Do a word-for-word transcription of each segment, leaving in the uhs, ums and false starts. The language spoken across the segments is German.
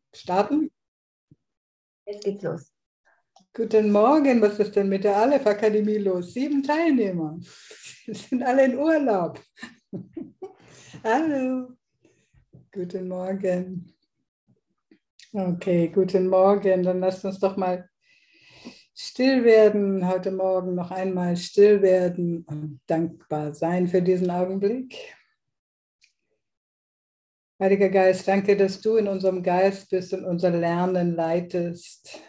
Starten? Jetzt geht's los. Guten Morgen, was ist denn mit der Aleph-Akademie los? Sieben Teilnehmer. Sie sind alle in Urlaub. Hallo. Guten Morgen. Okay, guten Morgen. Dann lasst uns doch mal still werden. Heute Morgen noch einmal still werden und dankbar sein für diesen Augenblick. Heiliger Geist, danke, dass du in unserem Geist bist und unser Lernen leitest.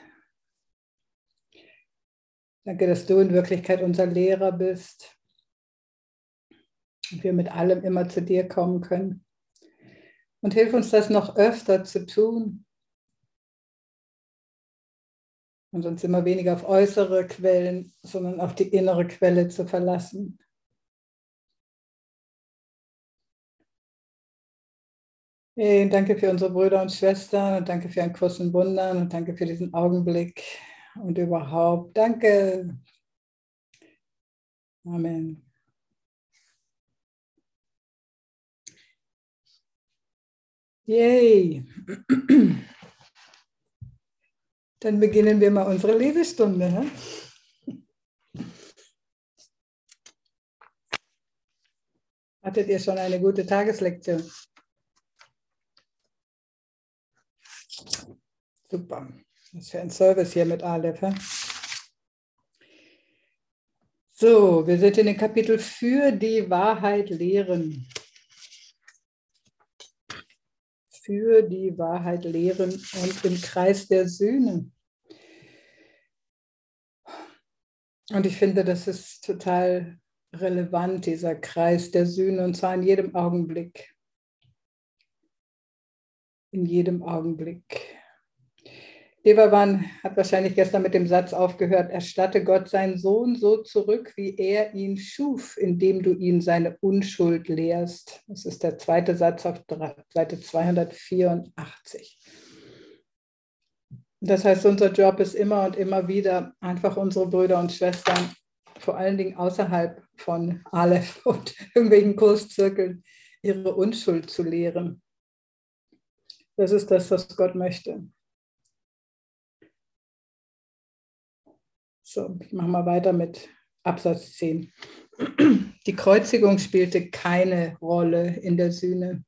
Danke, dass du in Wirklichkeit unser Lehrer bist und wir mit allem immer zu dir kommen können. Und hilf uns, das noch öfter zu tun und uns immer weniger auf äußere Quellen, sondern auf die innere Quelle zu verlassen. Hey, danke für unsere Brüder und Schwestern und danke für ein Kurs in Wundern und danke für diesen Augenblick und überhaupt. Danke. Amen. Yay. Dann beginnen wir mal unsere Lesestunde. Ne? Hattet ihr schon eine gute Tageslektion? Super. Was für ein Service hier mit Aleph. He? So, wir sind in dem Kapitel für die Wahrheit lehren. Für die Wahrheit lehren und im Kreis der Sühne. Und ich finde, das ist total relevant, dieser Kreis der Sühne, und zwar in jedem Augenblick. In jedem Augenblick. Devavan hat wahrscheinlich gestern mit dem Satz aufgehört, erstatte Gott seinen Sohn so zurück, wie er ihn schuf, indem du ihn seine Unschuld lehrst. Das ist der zweite Satz auf Seite zweihundertvierundachtzig. Das heißt, unser Job ist immer und immer wieder, einfach unsere Brüder und Schwestern, vor allen Dingen außerhalb von Aleph und irgendwelchen Kurszirkeln, ihre Unschuld zu lehren. Das ist das, was Gott möchte. So, ich mache mal weiter mit Absatz zehn. Die Kreuzigung spielte keine Rolle in der Sühne.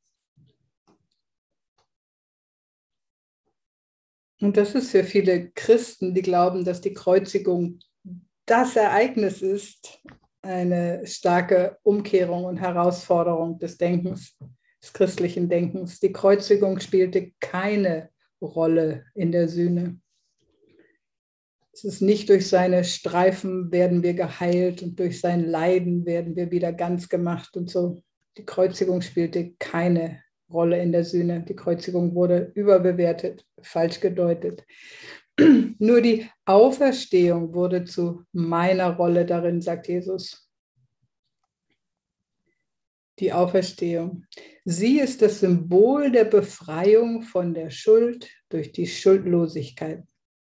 Und das ist für viele Christen, die glauben, dass die Kreuzigung das Ereignis ist, eine starke Umkehrung und Herausforderung des Denkens, des christlichen Denkens. Die Kreuzigung spielte keine Rolle in der Sühne. Es ist nicht durch seine Streifen werden wir geheilt und durch sein Leiden werden wir wieder ganz gemacht und so. Die Kreuzigung spielte keine Rolle in der Sühne. Die Kreuzigung wurde überbewertet, falsch gedeutet. Nur die Auferstehung wurde zu meiner Rolle darin, sagt Jesus. Die Auferstehung. Sie ist das Symbol der Befreiung von der Schuld durch die Schuldlosigkeit.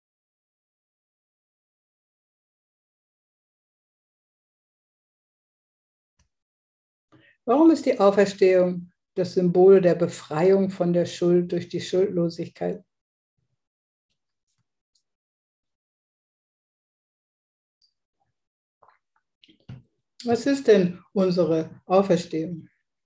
Warum ist die Auferstehung das Symbol der Befreiung von der Schuld durch die Schuldlosigkeit? Was ist denn unsere Auferstehung?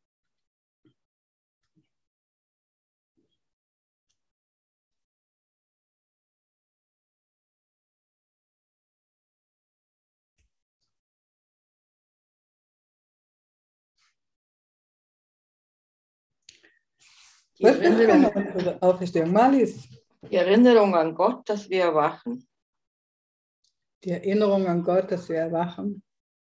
Die Was ist denn Erinnerung, unsere Auferstehung? Malis? die Erinnerung an Gott, dass wir erwachen. Die Erinnerung an Gott, dass wir erwachen.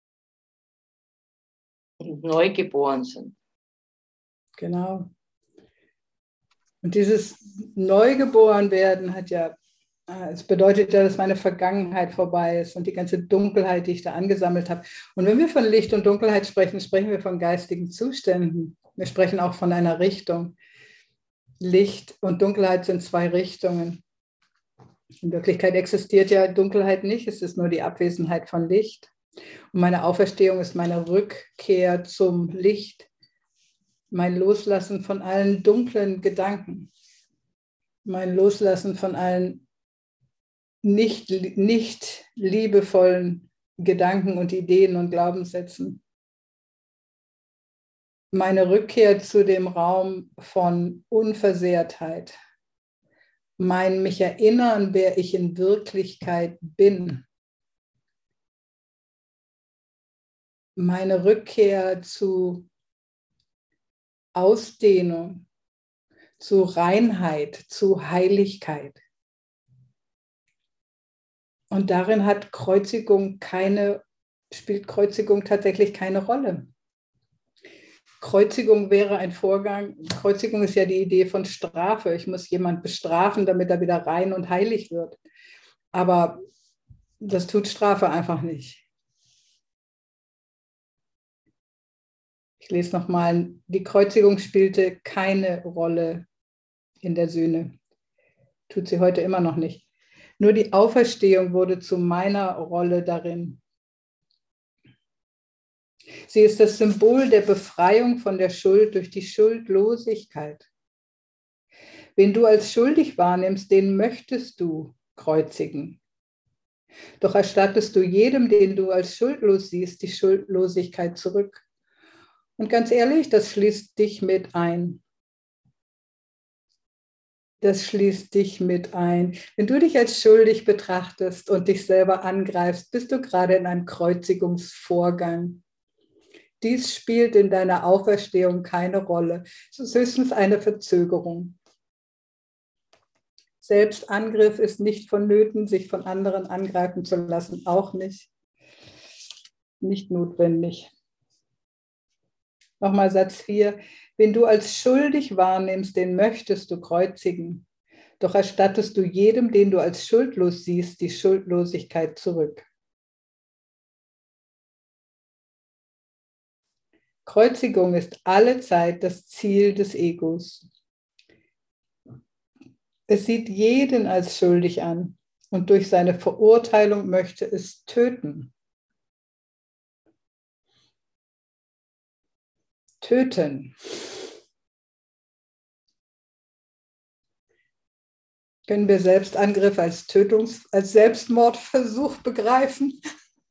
Und neu geboren sind. Genau. Und dieses Neugeborenwerden hat ja, es bedeutet ja, dass meine Vergangenheit vorbei ist und die ganze Dunkelheit, die ich da angesammelt habe. Und wenn wir von Licht und Dunkelheit sprechen, sprechen wir von geistigen Zuständen. Wir sprechen auch von einer Richtung. Licht und Dunkelheit sind zwei Richtungen. In Wirklichkeit existiert ja Dunkelheit nicht, es ist nur die Abwesenheit von Licht. Und meine Auferstehung ist meine Rückkehr zum Licht, mein Loslassen von allen dunklen Gedanken. mein Loslassen von allen nicht, nicht liebevollen Gedanken und Ideen und Glaubenssätzen. Meine Rückkehr zu dem Raum von Unversehrtheit. Mein mich erinnern, wer ich in Wirklichkeit bin. Meine Rückkehr zu Ausdehnung, zu Reinheit, zu Heiligkeit. Und darin hat Kreuzigung keine, spielt Kreuzigung tatsächlich keine Rolle. Kreuzigung wäre ein Vorgang, Kreuzigung ist ja die Idee von Strafe. Ich muss jemanden bestrafen, damit er wieder rein und heilig wird. Aber das tut Strafe einfach nicht. Ich lese nochmal, die Kreuzigung spielte keine Rolle in der Sühne. Tut sie heute immer noch nicht. Nur die Auferstehung wurde zu meiner Rolle darin. Sie ist das Symbol der Befreiung von der Schuld durch die Schuldlosigkeit. Wen du als schuldig wahrnimmst, den möchtest du kreuzigen. Doch erstattest du jedem, den du als schuldlos siehst, die Schuldlosigkeit zurück. Und ganz ehrlich, das schließt dich mit ein. Das schließt dich mit ein. Wenn du dich als schuldig betrachtest und dich selber angreifst, bist du gerade in einem Kreuzigungsvorgang. Dies spielt in deiner Auferstehung keine Rolle. Es ist höchstens eine Verzögerung. Selbstangriff ist nicht vonnöten, sich von anderen angreifen zu lassen, auch nicht. Nicht notwendig. Nochmal Satz vier. Wen du als schuldig wahrnimmst, den möchtest du kreuzigen. Doch erstattest du jedem, den du als schuldlos siehst, die Schuldlosigkeit zurück. Kreuzigung ist allezeit das Ziel des Egos. Es sieht jeden als schuldig an und durch seine Verurteilung möchte es töten. Töten. Können wir Selbstangriff als Tötungs-, als Selbstmordversuch begreifen?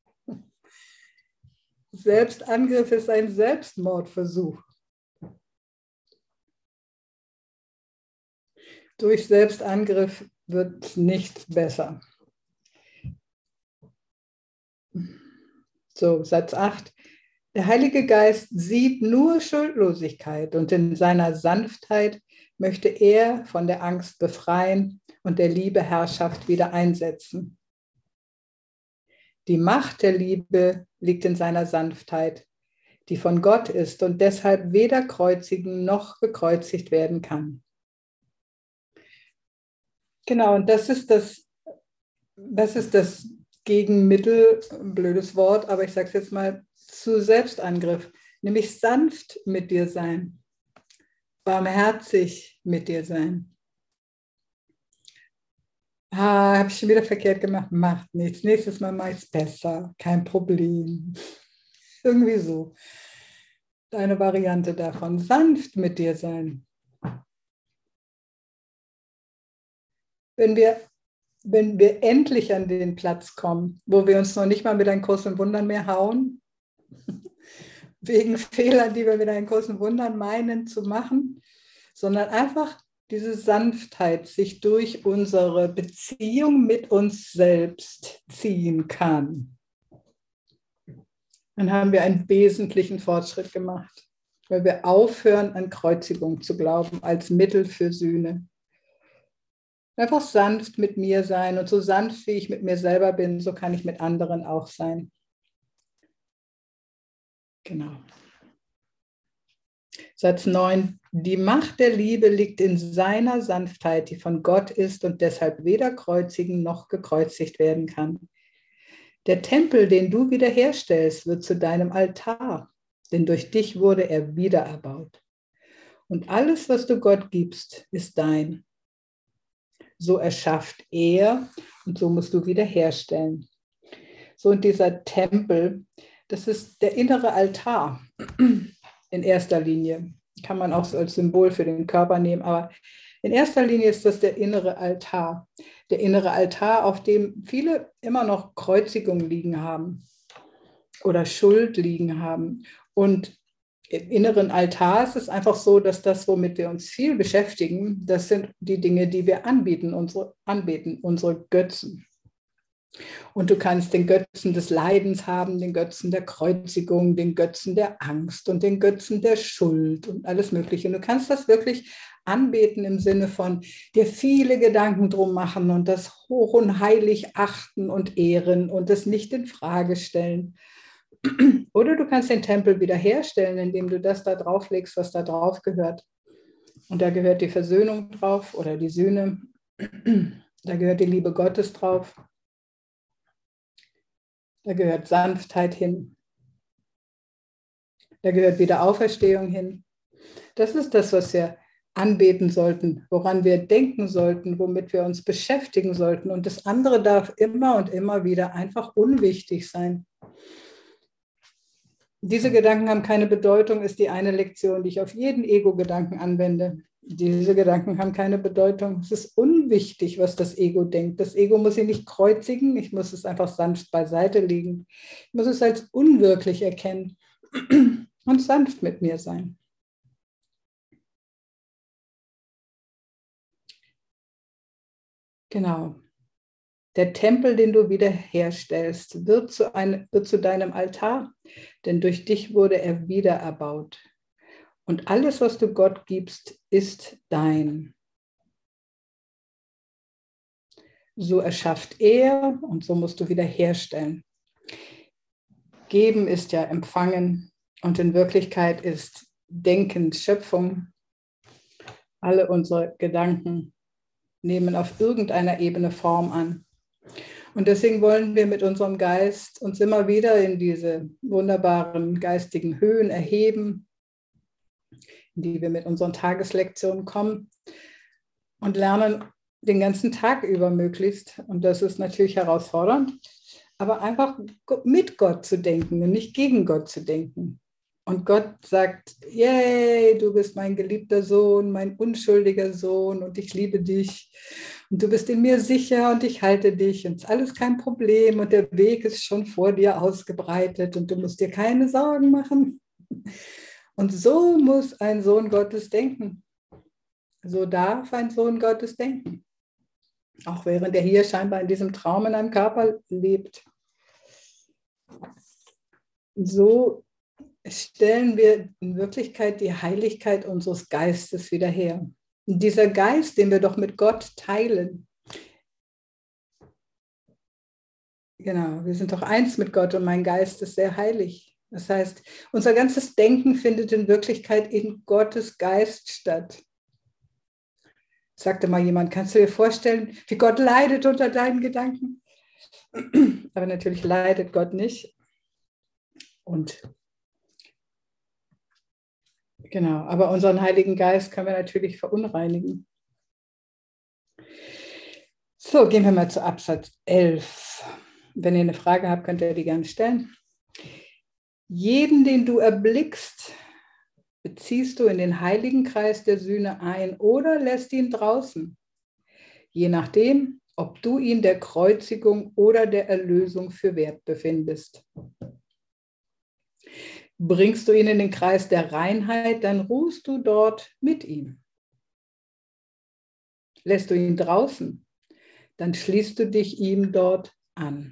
Selbstangriff ist ein Selbstmordversuch. Durch Selbstangriff wird es nicht besser. So, Satz acht. Der Heilige Geist sieht nur Schuldlosigkeit und in seiner Sanftheit möchte er von der Angst befreien und der Liebe Herrschaft wieder einsetzen. Die Macht der Liebe liegt in seiner Sanftheit, die von Gott ist und deshalb weder kreuzigen noch gekreuzigt werden kann. Genau, und das ist das, das ist das Gegenmittel, ein blödes Wort, aber ich sage es jetzt mal, zu Selbstangriff, nämlich sanft mit dir sein, barmherzig mit dir sein. Ah, habe ich schon wieder verkehrt gemacht, macht nichts, nächstes Mal mache ich es besser, kein Problem. Irgendwie so. Deine Variante davon, sanft mit dir sein. Wenn wir, wenn wir endlich an den Platz kommen, wo wir uns noch nicht mal mit einem Kurs in Wundern mehr hauen, wegen Fehlern, die wir mit einem Kurs in Wundern meinen zu machen, sondern einfach diese Sanftheit sich durch unsere Beziehung mit uns selbst ziehen kann. Dann haben wir einen wesentlichen Fortschritt gemacht, weil wir aufhören, an Kreuzigung zu glauben als Mittel für Sühne. Einfach sanft mit mir sein und so sanft, wie ich mit mir selber bin, so kann ich mit anderen auch sein. Genau. Satz neun. Die Macht der Liebe liegt in seiner Sanftheit, die von Gott ist und deshalb weder kreuzigen noch gekreuzigt werden kann. Der Tempel, den du wiederherstellst, wird zu deinem Altar, denn durch dich wurde er wiedererbaut. Und alles, was du Gott gibst, ist dein. So erschafft er und so musst du wiederherstellen. So, und dieser Tempel, das ist der innere Altar in erster Linie. Kann man auch so als Symbol für den Körper nehmen, aber In erster Linie ist das der innere Altar. Der innere Altar, auf dem viele immer noch Kreuzigung liegen haben oder Schuld liegen haben. Und im inneren Altar ist es einfach so, dass das, womit wir uns viel beschäftigen, das sind die Dinge, die wir anbieten, unsere, anbeten, unsere Götzen. Und du kannst den Götzen des Leidens haben, den Götzen der Kreuzigung, den Götzen der Angst und den Götzen der Schuld und alles Mögliche. Und du kannst das wirklich anbeten im Sinne von dir viele Gedanken drum machen und das hoch und heilig achten und ehren und das nicht in Frage stellen. Oder du kannst den Tempel wiederherstellen, indem du das da drauflegst, was da drauf gehört. Und da gehört die Versöhnung drauf oder die Sühne. Da gehört die Liebe Gottes drauf. Da gehört Sanftheit hin. Da gehört Wiederauferstehung hin. Das ist das, was wir anbeten sollten, woran wir denken sollten, womit wir uns beschäftigen sollten. Und das andere darf immer und immer wieder einfach unwichtig sein. Diese Gedanken haben keine Bedeutung, ist die eine Lektion, die ich auf jeden Ego-Gedanken anwende. Diese Gedanken haben keine Bedeutung. Es ist unwichtig, was das Ego denkt. Das Ego muss ich nicht kreuzigen, ich muss es einfach sanft beiseite legen. Ich muss es als unwirklich erkennen und sanft mit mir sein. Genau. Der Tempel, den du wiederherstellst, wird zu, ein, wird zu deinem Altar, denn durch dich wurde er wieder erbaut. Und alles, was du Gott gibst, ist dein. So erschafft er und so musst du wiederherstellen. Geben ist ja empfangen und in Wirklichkeit ist Denken Schöpfung. Alle unsere Gedanken nehmen auf irgendeiner Ebene Form an. Und deswegen wollen wir mit unserem Geist uns immer wieder in diese wunderbaren geistigen Höhen erheben, in die wir mit unseren Tageslektionen kommen und lernen den ganzen Tag über möglichst, und das ist natürlich herausfordernd, aber einfach mit Gott zu denken und nicht gegen Gott zu denken. Und Gott sagt, yay, du bist mein geliebter Sohn, mein unschuldiger Sohn und ich liebe dich. Und du bist in mir sicher und ich halte dich und es ist alles kein Problem und der Weg ist schon vor dir ausgebreitet und du musst dir keine Sorgen machen. Und so muss ein Sohn Gottes denken. So darf ein Sohn Gottes denken. Auch während er hier scheinbar in diesem Traum in einem Körper lebt. So stellen wir in Wirklichkeit die Heiligkeit unseres Geistes wieder her. Und dieser Geist, den wir doch mit Gott teilen. Genau, wir sind doch eins mit Gott und mein Geist ist sehr heilig. Das heißt, unser ganzes Denken findet in Wirklichkeit in Gottes Geist statt. Sagte mal jemand, kannst du dir vorstellen, wie Gott leidet unter deinen Gedanken? Aber natürlich leidet Gott nicht. Und genau, aber unseren Heiligen Geist können wir natürlich verunreinigen. So, gehen wir mal zu Absatz elf. Wenn ihr eine Frage habt, könnt ihr die gerne stellen. Jeden, den du erblickst, beziehst du in den heiligen Kreis der Sühne ein oder lässt ihn draußen, je nachdem, ob du ihn der Kreuzigung oder der Erlösung für wert befindest. Bringst du ihn in den Kreis der Reinheit, dann ruhst du dort mit ihm. Lässt du ihn draußen, dann schließt du dich ihm dort an.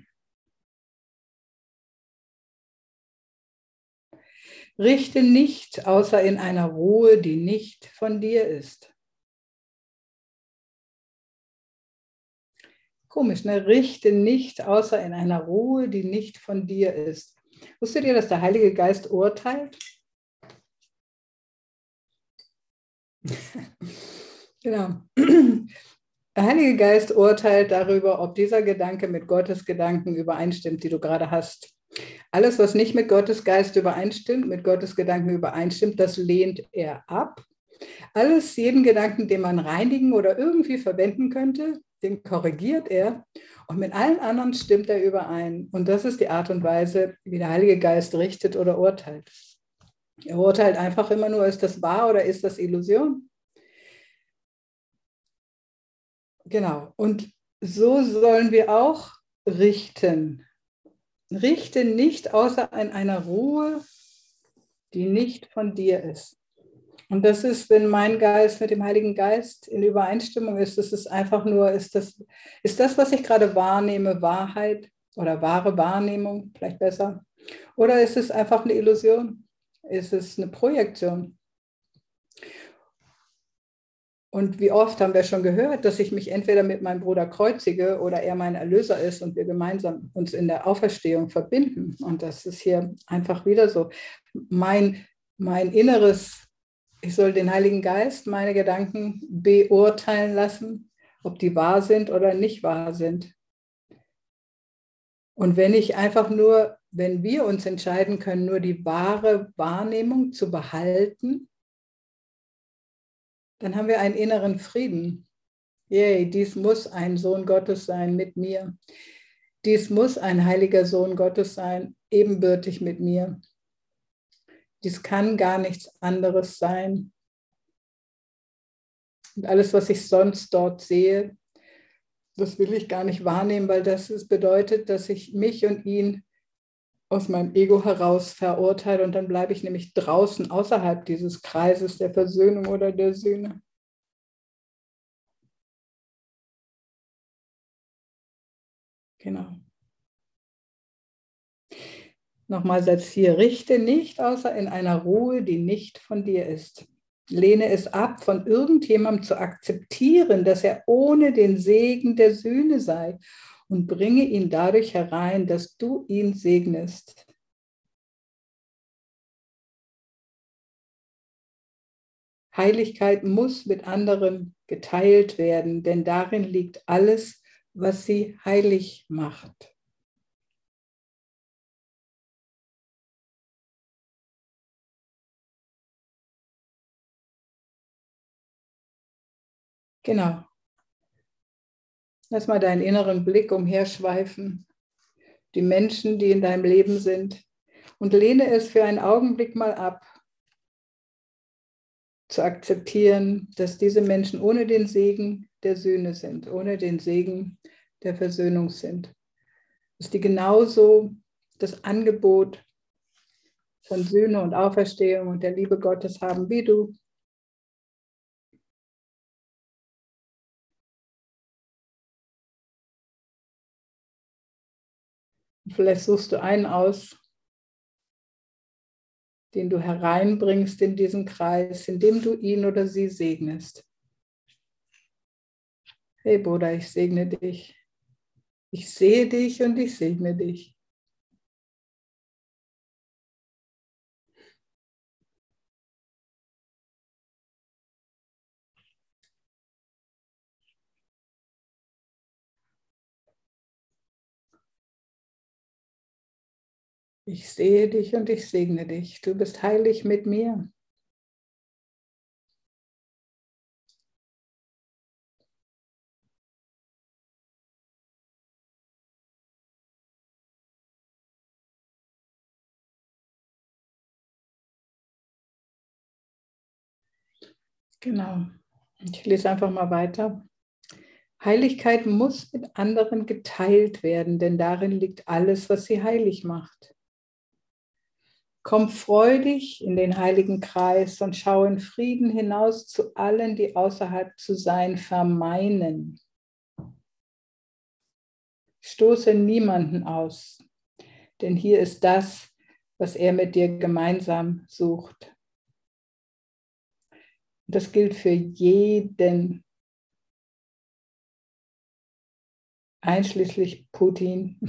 Richte nicht, außer in einer Ruhe, die nicht von dir ist. Komisch, ne? Richte nicht, außer in einer Ruhe, die nicht von dir ist. Wusstet ihr, dass der Heilige Geist urteilt? Genau. Der Heilige Geist urteilt darüber, ob dieser Gedanke mit Gottes Gedanken übereinstimmt, die du gerade hast. Alles, was nicht mit Gottes Geist übereinstimmt, mit Gottes Gedanken übereinstimmt, das lehnt er ab. Alles, jeden Gedanken, den man reinigen oder irgendwie verwenden könnte, den korrigiert er. Und mit allen anderen stimmt er überein. Und das ist die Art und Weise, wie der Heilige Geist richtet oder urteilt. Er urteilt einfach immer nur, ist das wahr oder ist das Illusion? genau. Und so sollen wir auch richten. Richte nicht außer in einer Ruhe, die nicht von dir ist. Und das ist, wenn mein Geist mit dem Heiligen Geist in Übereinstimmung ist, das ist einfach nur, ist das, ist das, was ich gerade wahrnehme, Wahrheit oder wahre Wahrnehmung, vielleicht besser? Oder ist es einfach eine Illusion? Ist es eine Projektion? Und wie oft haben wir schon gehört, dass ich mich entweder mit meinem Bruder kreuzige oder er mein Erlöser ist und wir gemeinsam uns in der Auferstehung verbinden. Und das ist hier einfach wieder so. Mein, mein Inneres, ich soll den Heiligen Geist meine Gedanken beurteilen lassen, ob die wahr sind oder nicht wahr sind. Und wenn ich einfach nur, wenn wir uns entscheiden können, nur die wahre Wahrnehmung zu behalten, dann haben wir einen inneren Frieden. Yay, dies muss ein Sohn Gottes sein mit mir. Dies muss ein heiliger Sohn Gottes sein, ebenbürtig mit mir. Dies kann gar nichts anderes sein. Und alles, was ich sonst dort sehe, das will ich gar nicht wahrnehmen, weil das ist, bedeutet, dass ich mich und ihn aus meinem Ego heraus verurteile und dann bleibe ich nämlich draußen außerhalb dieses Kreises der Versöhnung oder der Sühne. Genau. Nochmal Satz vier. Richte nicht außer in einer Ruhe, die nicht von dir ist. Lehne es ab, von irgendjemandem zu akzeptieren, dass er ohne den Segen der Sühne sei und bringe ihn dadurch herein, dass du ihn segnest. Heiligkeit muss mit anderen geteilt werden, denn darin liegt alles, was sie heilig macht. Genau. Lass mal deinen inneren Blick umherschweifen, die Menschen, die in deinem Leben sind, und lehne es für einen Augenblick mal ab, zu akzeptieren, dass diese Menschen ohne den Segen der Sühne sind, ohne den Segen der Versöhnung sind. Dass die genauso das Angebot von Sühne und Auferstehung und der Liebe Gottes haben wie du. Und vielleicht suchst du einen aus, den du hereinbringst in diesen Kreis, indem du ihn oder sie segnest. Hey Bruder, ich segne dich. Ich sehe dich und ich segne dich. Ich sehe dich und ich segne dich. Du bist heilig mit mir. Genau. Ich lese einfach mal weiter. Heiligkeit muss mit anderen geteilt werden, denn darin liegt alles, was sie heilig macht. Komm freudig in den heiligen Kreis und schau in Frieden hinaus zu allen, die außerhalb zu sein vermeinen. Stoße niemanden aus, denn hier ist das, was er mit dir gemeinsam sucht. Das gilt für jeden, einschließlich Putin.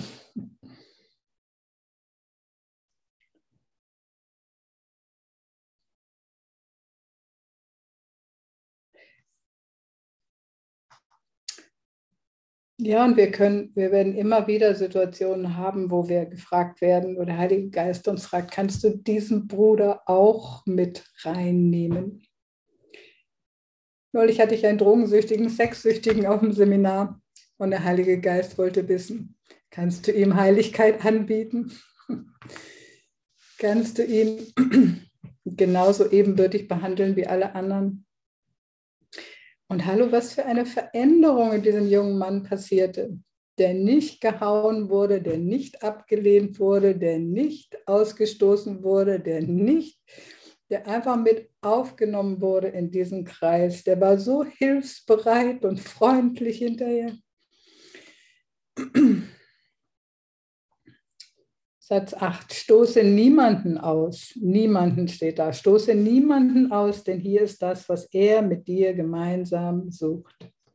Ja, und wir können, wir werden immer wieder Situationen haben, wo wir gefragt werden, oder der Heilige Geist uns fragt, kannst du diesen Bruder auch mit reinnehmen? Neulich hatte ich einen drogensüchtigen, sexsüchtigen auf dem Seminar und der Heilige Geist wollte wissen, kannst du ihm Heiligkeit anbieten? Kannst du ihn genauso ebenbürtig behandeln wie alle anderen? Und hallo, was für eine Veränderung in diesem jungen Mann passierte, der nicht gehauen wurde, der nicht abgelehnt wurde, der nicht ausgestoßen wurde, der nicht, der einfach mit aufgenommen wurde in diesen Kreis. Der war so hilfsbereit und freundlich hinterher. Satz acht, stoße niemanden aus. Niemanden steht da. Stoße niemanden aus, denn hier ist das, was er mit dir gemeinsam sucht.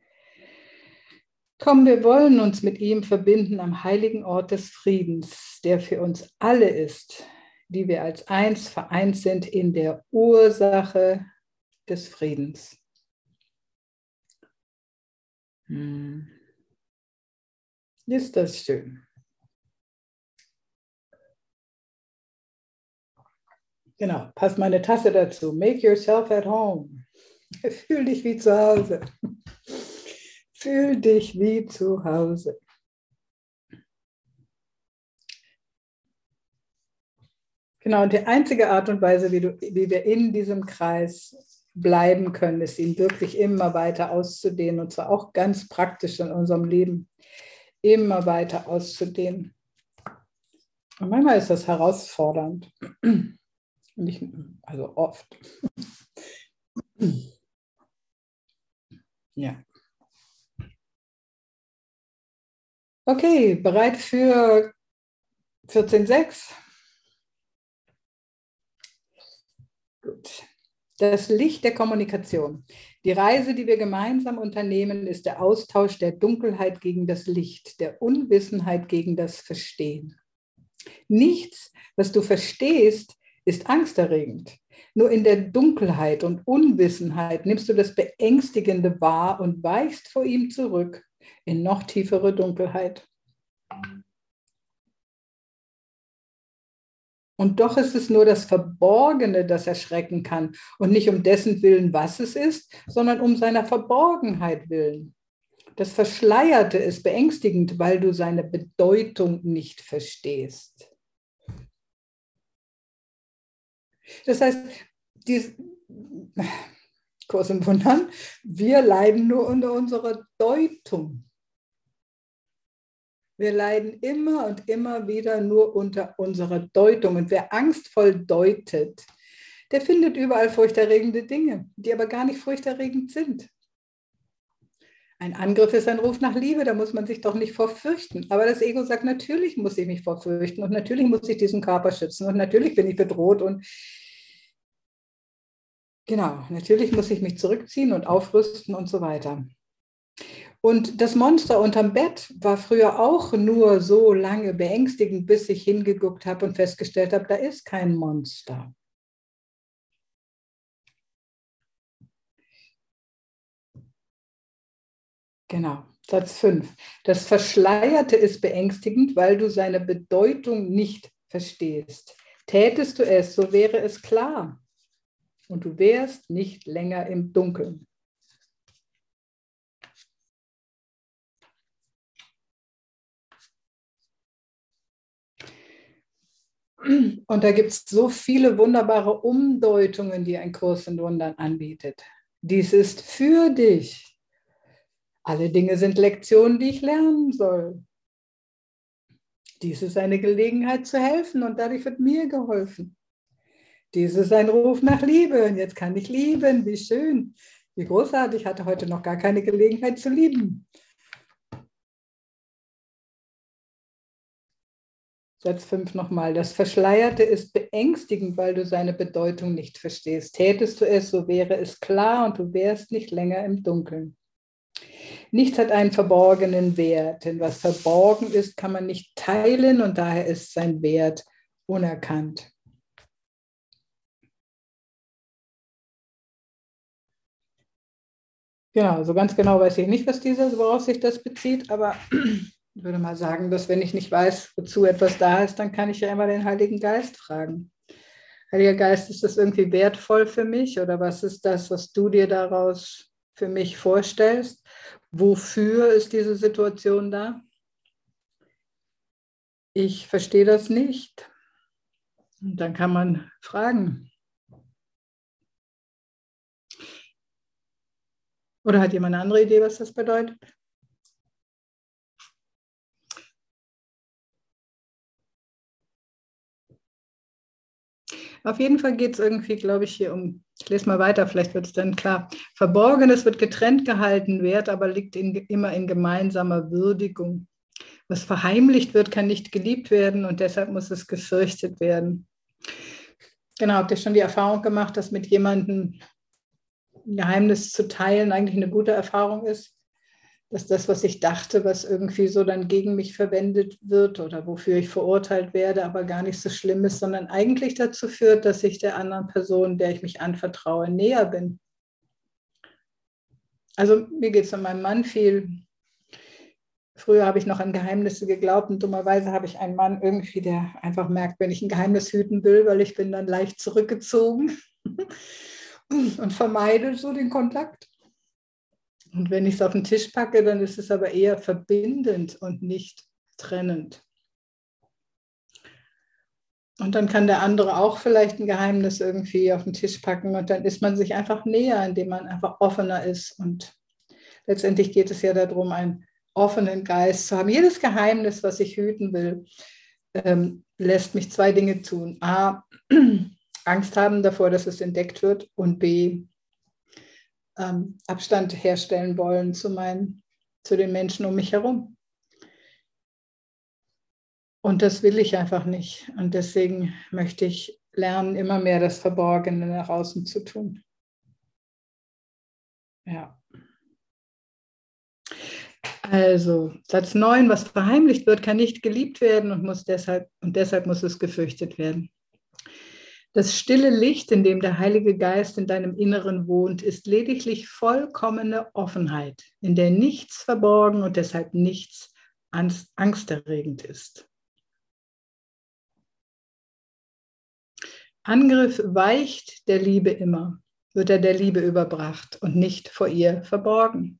Komm, wir wollen uns mit ihm verbinden am heiligen Ort des Friedens, der für uns alle ist, die wir als eins vereint sind in der Ursache des Friedens. Hm. Ist das schön. Genau, passt meine Tasse dazu. Make yourself at home. Fühl dich wie zu Hause. Fühl dich wie zu Hause. Genau, und die einzige Art und Weise, wie, du, wie wir in diesem Kreis bleiben können, ist, ihn wirklich immer weiter auszudehnen, und zwar auch ganz praktisch in unserem Leben, immer weiter auszudehnen. Und manchmal ist das herausfordernd. Nicht, also oft. Ja. Okay, bereit für vierzehn sechs? Gut. Das Licht der Kommunikation. Die Reise, die wir gemeinsam unternehmen, ist der Austausch der Dunkelheit gegen das Licht, der Unwissenheit gegen das Verstehen. Nichts, was du verstehst, ist angsterregend. Nur in der Dunkelheit und Unwissenheit nimmst du das Beängstigende wahr und weichst vor ihm zurück in noch tiefere Dunkelheit. Und doch ist es nur das Verborgene, das erschrecken kann, und nicht um dessen Willen, was es ist, sondern um seiner Verborgenheit willen. Das Verschleierte ist beängstigend, weil du seine Bedeutung nicht verstehst. Das heißt, die, Kurs im Wundern, wir leiden nur unter unserer Deutung. Wir leiden immer und immer wieder nur unter unserer Deutung. Und wer angstvoll deutet, der findet überall furchterregende Dinge, die aber gar nicht furchterregend sind. Ein Angriff ist ein Ruf nach Liebe, da muss man sich doch nicht vor fürchten. Aber das Ego sagt, natürlich muss ich mich vor fürchten und natürlich muss ich diesen Körper schützen und natürlich bin ich bedroht und genau, natürlich muss ich mich zurückziehen und aufrüsten und so weiter. Und das Monster unterm Bett war früher auch nur so lange beängstigend, bis ich hingeguckt habe und festgestellt habe, da ist kein Monster. Genau, Satz fünf. Das Verschleierte ist beängstigend, weil du seine Bedeutung nicht verstehst. Tätest du es, so wäre es klar. Und du wärst nicht länger im Dunkeln. Und da gibt es so viele wunderbare Umdeutungen, die ein Kurs in Wundern anbietet. Dies ist für dich. Alle Dinge sind Lektionen, die ich lernen soll. Dies ist eine Gelegenheit zu helfen und dadurch wird mir geholfen. Dies ist ein Ruf nach Liebe und jetzt kann ich lieben. Wie schön, wie großartig, ich hatte heute noch gar keine Gelegenheit zu lieben. Satz fünf nochmal. Das Verschleierte ist beängstigend, weil du seine Bedeutung nicht verstehst. Tätest du es, so wäre es klar und du wärst nicht länger im Dunkeln. Nichts hat einen verborgenen Wert, denn was verborgen ist, kann man nicht teilen und daher ist sein Wert unerkannt. Genau, so ganz genau weiß ich nicht, was dieser, worauf sich das bezieht, aber ich würde mal sagen, dass wenn ich nicht weiß, wozu etwas da ist, dann kann ich ja immer den Heiligen Geist fragen. Heiliger Geist, ist das irgendwie wertvoll für mich oder was ist das, was du dir daraus für mich vorstellst? Wofür ist diese Situation da? Ich verstehe das nicht. Und dann kann man fragen. Oder hat jemand eine andere Idee, was das bedeutet? Auf jeden Fall geht es irgendwie, glaube ich, hier um, ich lese mal weiter, vielleicht wird es dann klar. Verborgenes wird getrennt gehalten, Wert aber liegt in, immer in gemeinsamer Würdigung. Was verheimlicht wird, kann nicht geliebt werden und deshalb muss es gefürchtet werden. Genau, habt ihr schon die Erfahrung gemacht, dass mit jemandem ein Geheimnis zu teilen eigentlich eine gute Erfahrung ist? Dass das, was ich dachte, was irgendwie so dann gegen mich verwendet wird oder wofür ich verurteilt werde, aber gar nicht so schlimm ist, sondern eigentlich dazu führt, dass ich der anderen Person, der ich mich anvertraue, näher bin. Also mir geht es an meinem Mann viel. Früher habe ich noch an Geheimnisse geglaubt und dummerweise habe ich einen Mann irgendwie, der einfach merkt, wenn ich ein Geheimnis hüten will, weil ich bin dann leicht zurückgezogen und vermeide so den Kontakt. Und wenn ich es auf den Tisch packe, dann ist es aber eher verbindend und nicht trennend. Und dann kann der andere auch vielleicht ein Geheimnis irgendwie auf den Tisch packen und dann ist man sich einfach näher, indem man einfach offener ist. Und letztendlich geht es ja darum, einen offenen Geist zu haben. Jedes Geheimnis, was ich hüten will, ähm, lässt mich zwei Dinge tun. A, Angst haben davor, dass es entdeckt wird und B, ähm, Abstand herstellen wollen zu, meinen, zu den Menschen um mich herum. Und das will ich einfach nicht. Und deswegen möchte ich lernen, immer mehr das Verborgene nach außen zu tun. Ja. Also, Satz neun, was verheimlicht wird, kann nicht geliebt werden und, muss deshalb, und deshalb muss es gefürchtet werden. Das stille Licht, in dem der Heilige Geist in deinem Inneren wohnt, ist lediglich vollkommene Offenheit, in der nichts verborgen und deshalb nichts angsterregend ist. Angriff weicht der Liebe immer, wird er der Liebe überbracht und nicht vor ihr verborgen.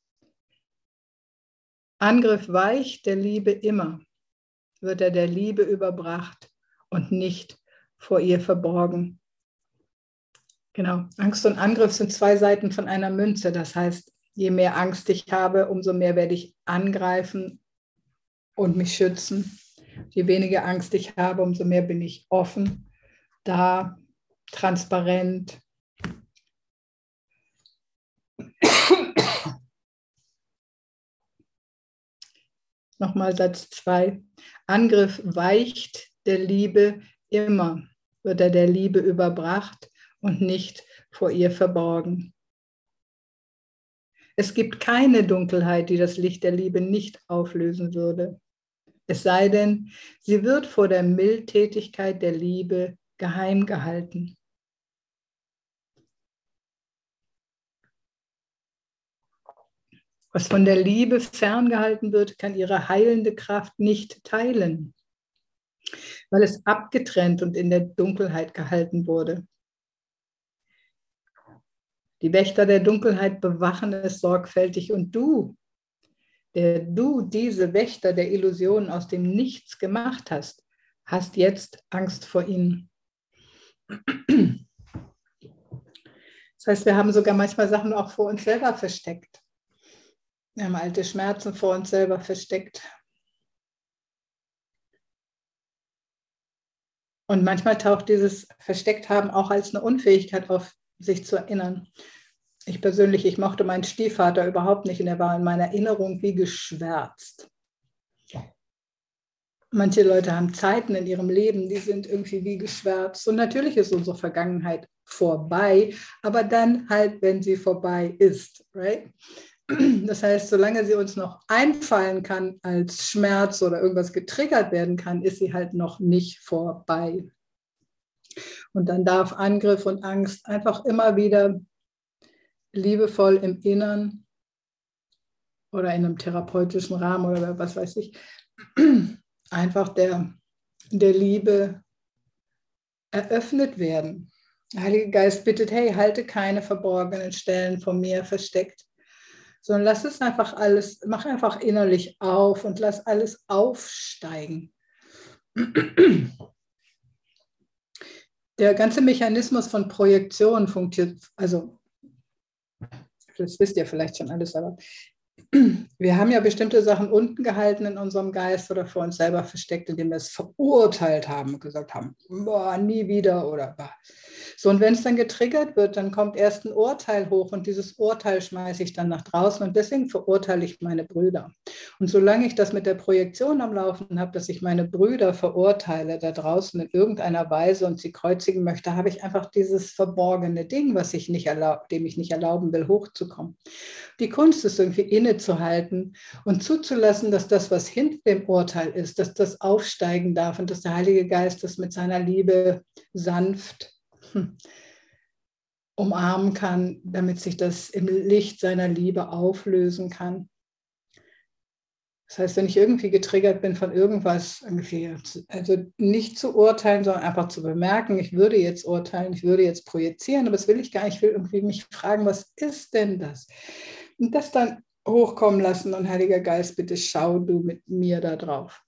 Angriff weicht der Liebe immer, wird er der Liebe überbracht und nicht vor ihr verborgen. Genau, Angst und Angriff sind zwei Seiten von einer Münze. Das heißt, je mehr Angst ich habe, umso mehr werde ich angreifen und mich schützen. Je weniger Angst ich habe, umso mehr bin ich offen, da, transparent. Nochmal Satz zwei. Angriff weicht der Liebe immer, wird er der Liebe überbracht und nicht vor ihr verborgen. Es gibt keine Dunkelheit, die das Licht der Liebe nicht auflösen würde. Es sei denn, sie wird vor der Mildtätigkeit der Liebe geheim gehalten. Was von der Liebe ferngehalten wird, kann ihre heilende Kraft nicht teilen, weil es abgetrennt und in der Dunkelheit gehalten wurde. Die Wächter der Dunkelheit bewachen es sorgfältig und du, der du diese Wächter der Illusionen aus dem Nichts gemacht hast, hast jetzt Angst vor ihnen. Das heißt, wir haben sogar manchmal Sachen auch vor uns selber versteckt. Wir haben alte Schmerzen vor uns selber versteckt. Und manchmal taucht dieses Versteckthaben auch als eine Unfähigkeit auf, sich zu erinnern. Ich persönlich, ich mochte meinen Stiefvater überhaupt nicht und er war in meiner Erinnerung wie geschwärzt. Manche Leute haben Zeiten in ihrem Leben, die sind irgendwie wie geschwärzt. Und natürlich ist unsere Vergangenheit vorbei, aber dann halt, wenn sie vorbei ist. Right? Das heißt, solange sie uns noch einfallen kann als Schmerz oder irgendwas getriggert werden kann, ist sie halt noch nicht vorbei. Und dann darf Angriff und Angst einfach immer wieder liebevoll im Innern oder in einem therapeutischen Rahmen oder was weiß ich, einfach der, der Liebe eröffnet werden. Der Heilige Geist bittet, hey, halte keine verborgenen Stellen von mir versteckt, sondern lass es einfach alles, mach einfach innerlich auf und lass alles aufsteigen. Der ganze Mechanismus von Projektion funktioniert, also das wisst ihr vielleicht schon alles, aber wir haben ja bestimmte Sachen unten gehalten in unserem Geist oder vor uns selber versteckt, indem wir es verurteilt haben und gesagt haben, boah, nie wieder oder bah. So, und wenn es dann getriggert wird, dann kommt erst ein Urteil hoch und dieses Urteil schmeiße ich dann nach draußen und deswegen verurteile ich meine Brüder. Und solange ich das mit der Projektion am Laufen habe, dass ich meine Brüder verurteile da draußen in irgendeiner Weise und sie kreuzigen möchte, habe ich einfach dieses verborgene Ding, was ich nicht erlaub, dem ich nicht erlauben will, hochzukommen. Die Kunst ist irgendwie innezuhalten und zuzulassen, dass das, was hinter dem Urteil ist, dass das aufsteigen darf und dass der Heilige Geist das mit seiner Liebe sanft hm, umarmen kann, damit sich das im Licht seiner Liebe auflösen kann. Das heißt, wenn ich irgendwie getriggert bin von irgendwas, irgendwie, also nicht zu urteilen, sondern einfach zu bemerken, ich würde jetzt urteilen, ich würde jetzt projizieren, aber das will ich gar nicht. Ich will irgendwie mich fragen, was ist denn das? Und das dann hochkommen lassen und Heiliger Geist, bitte schau du mit mir da drauf.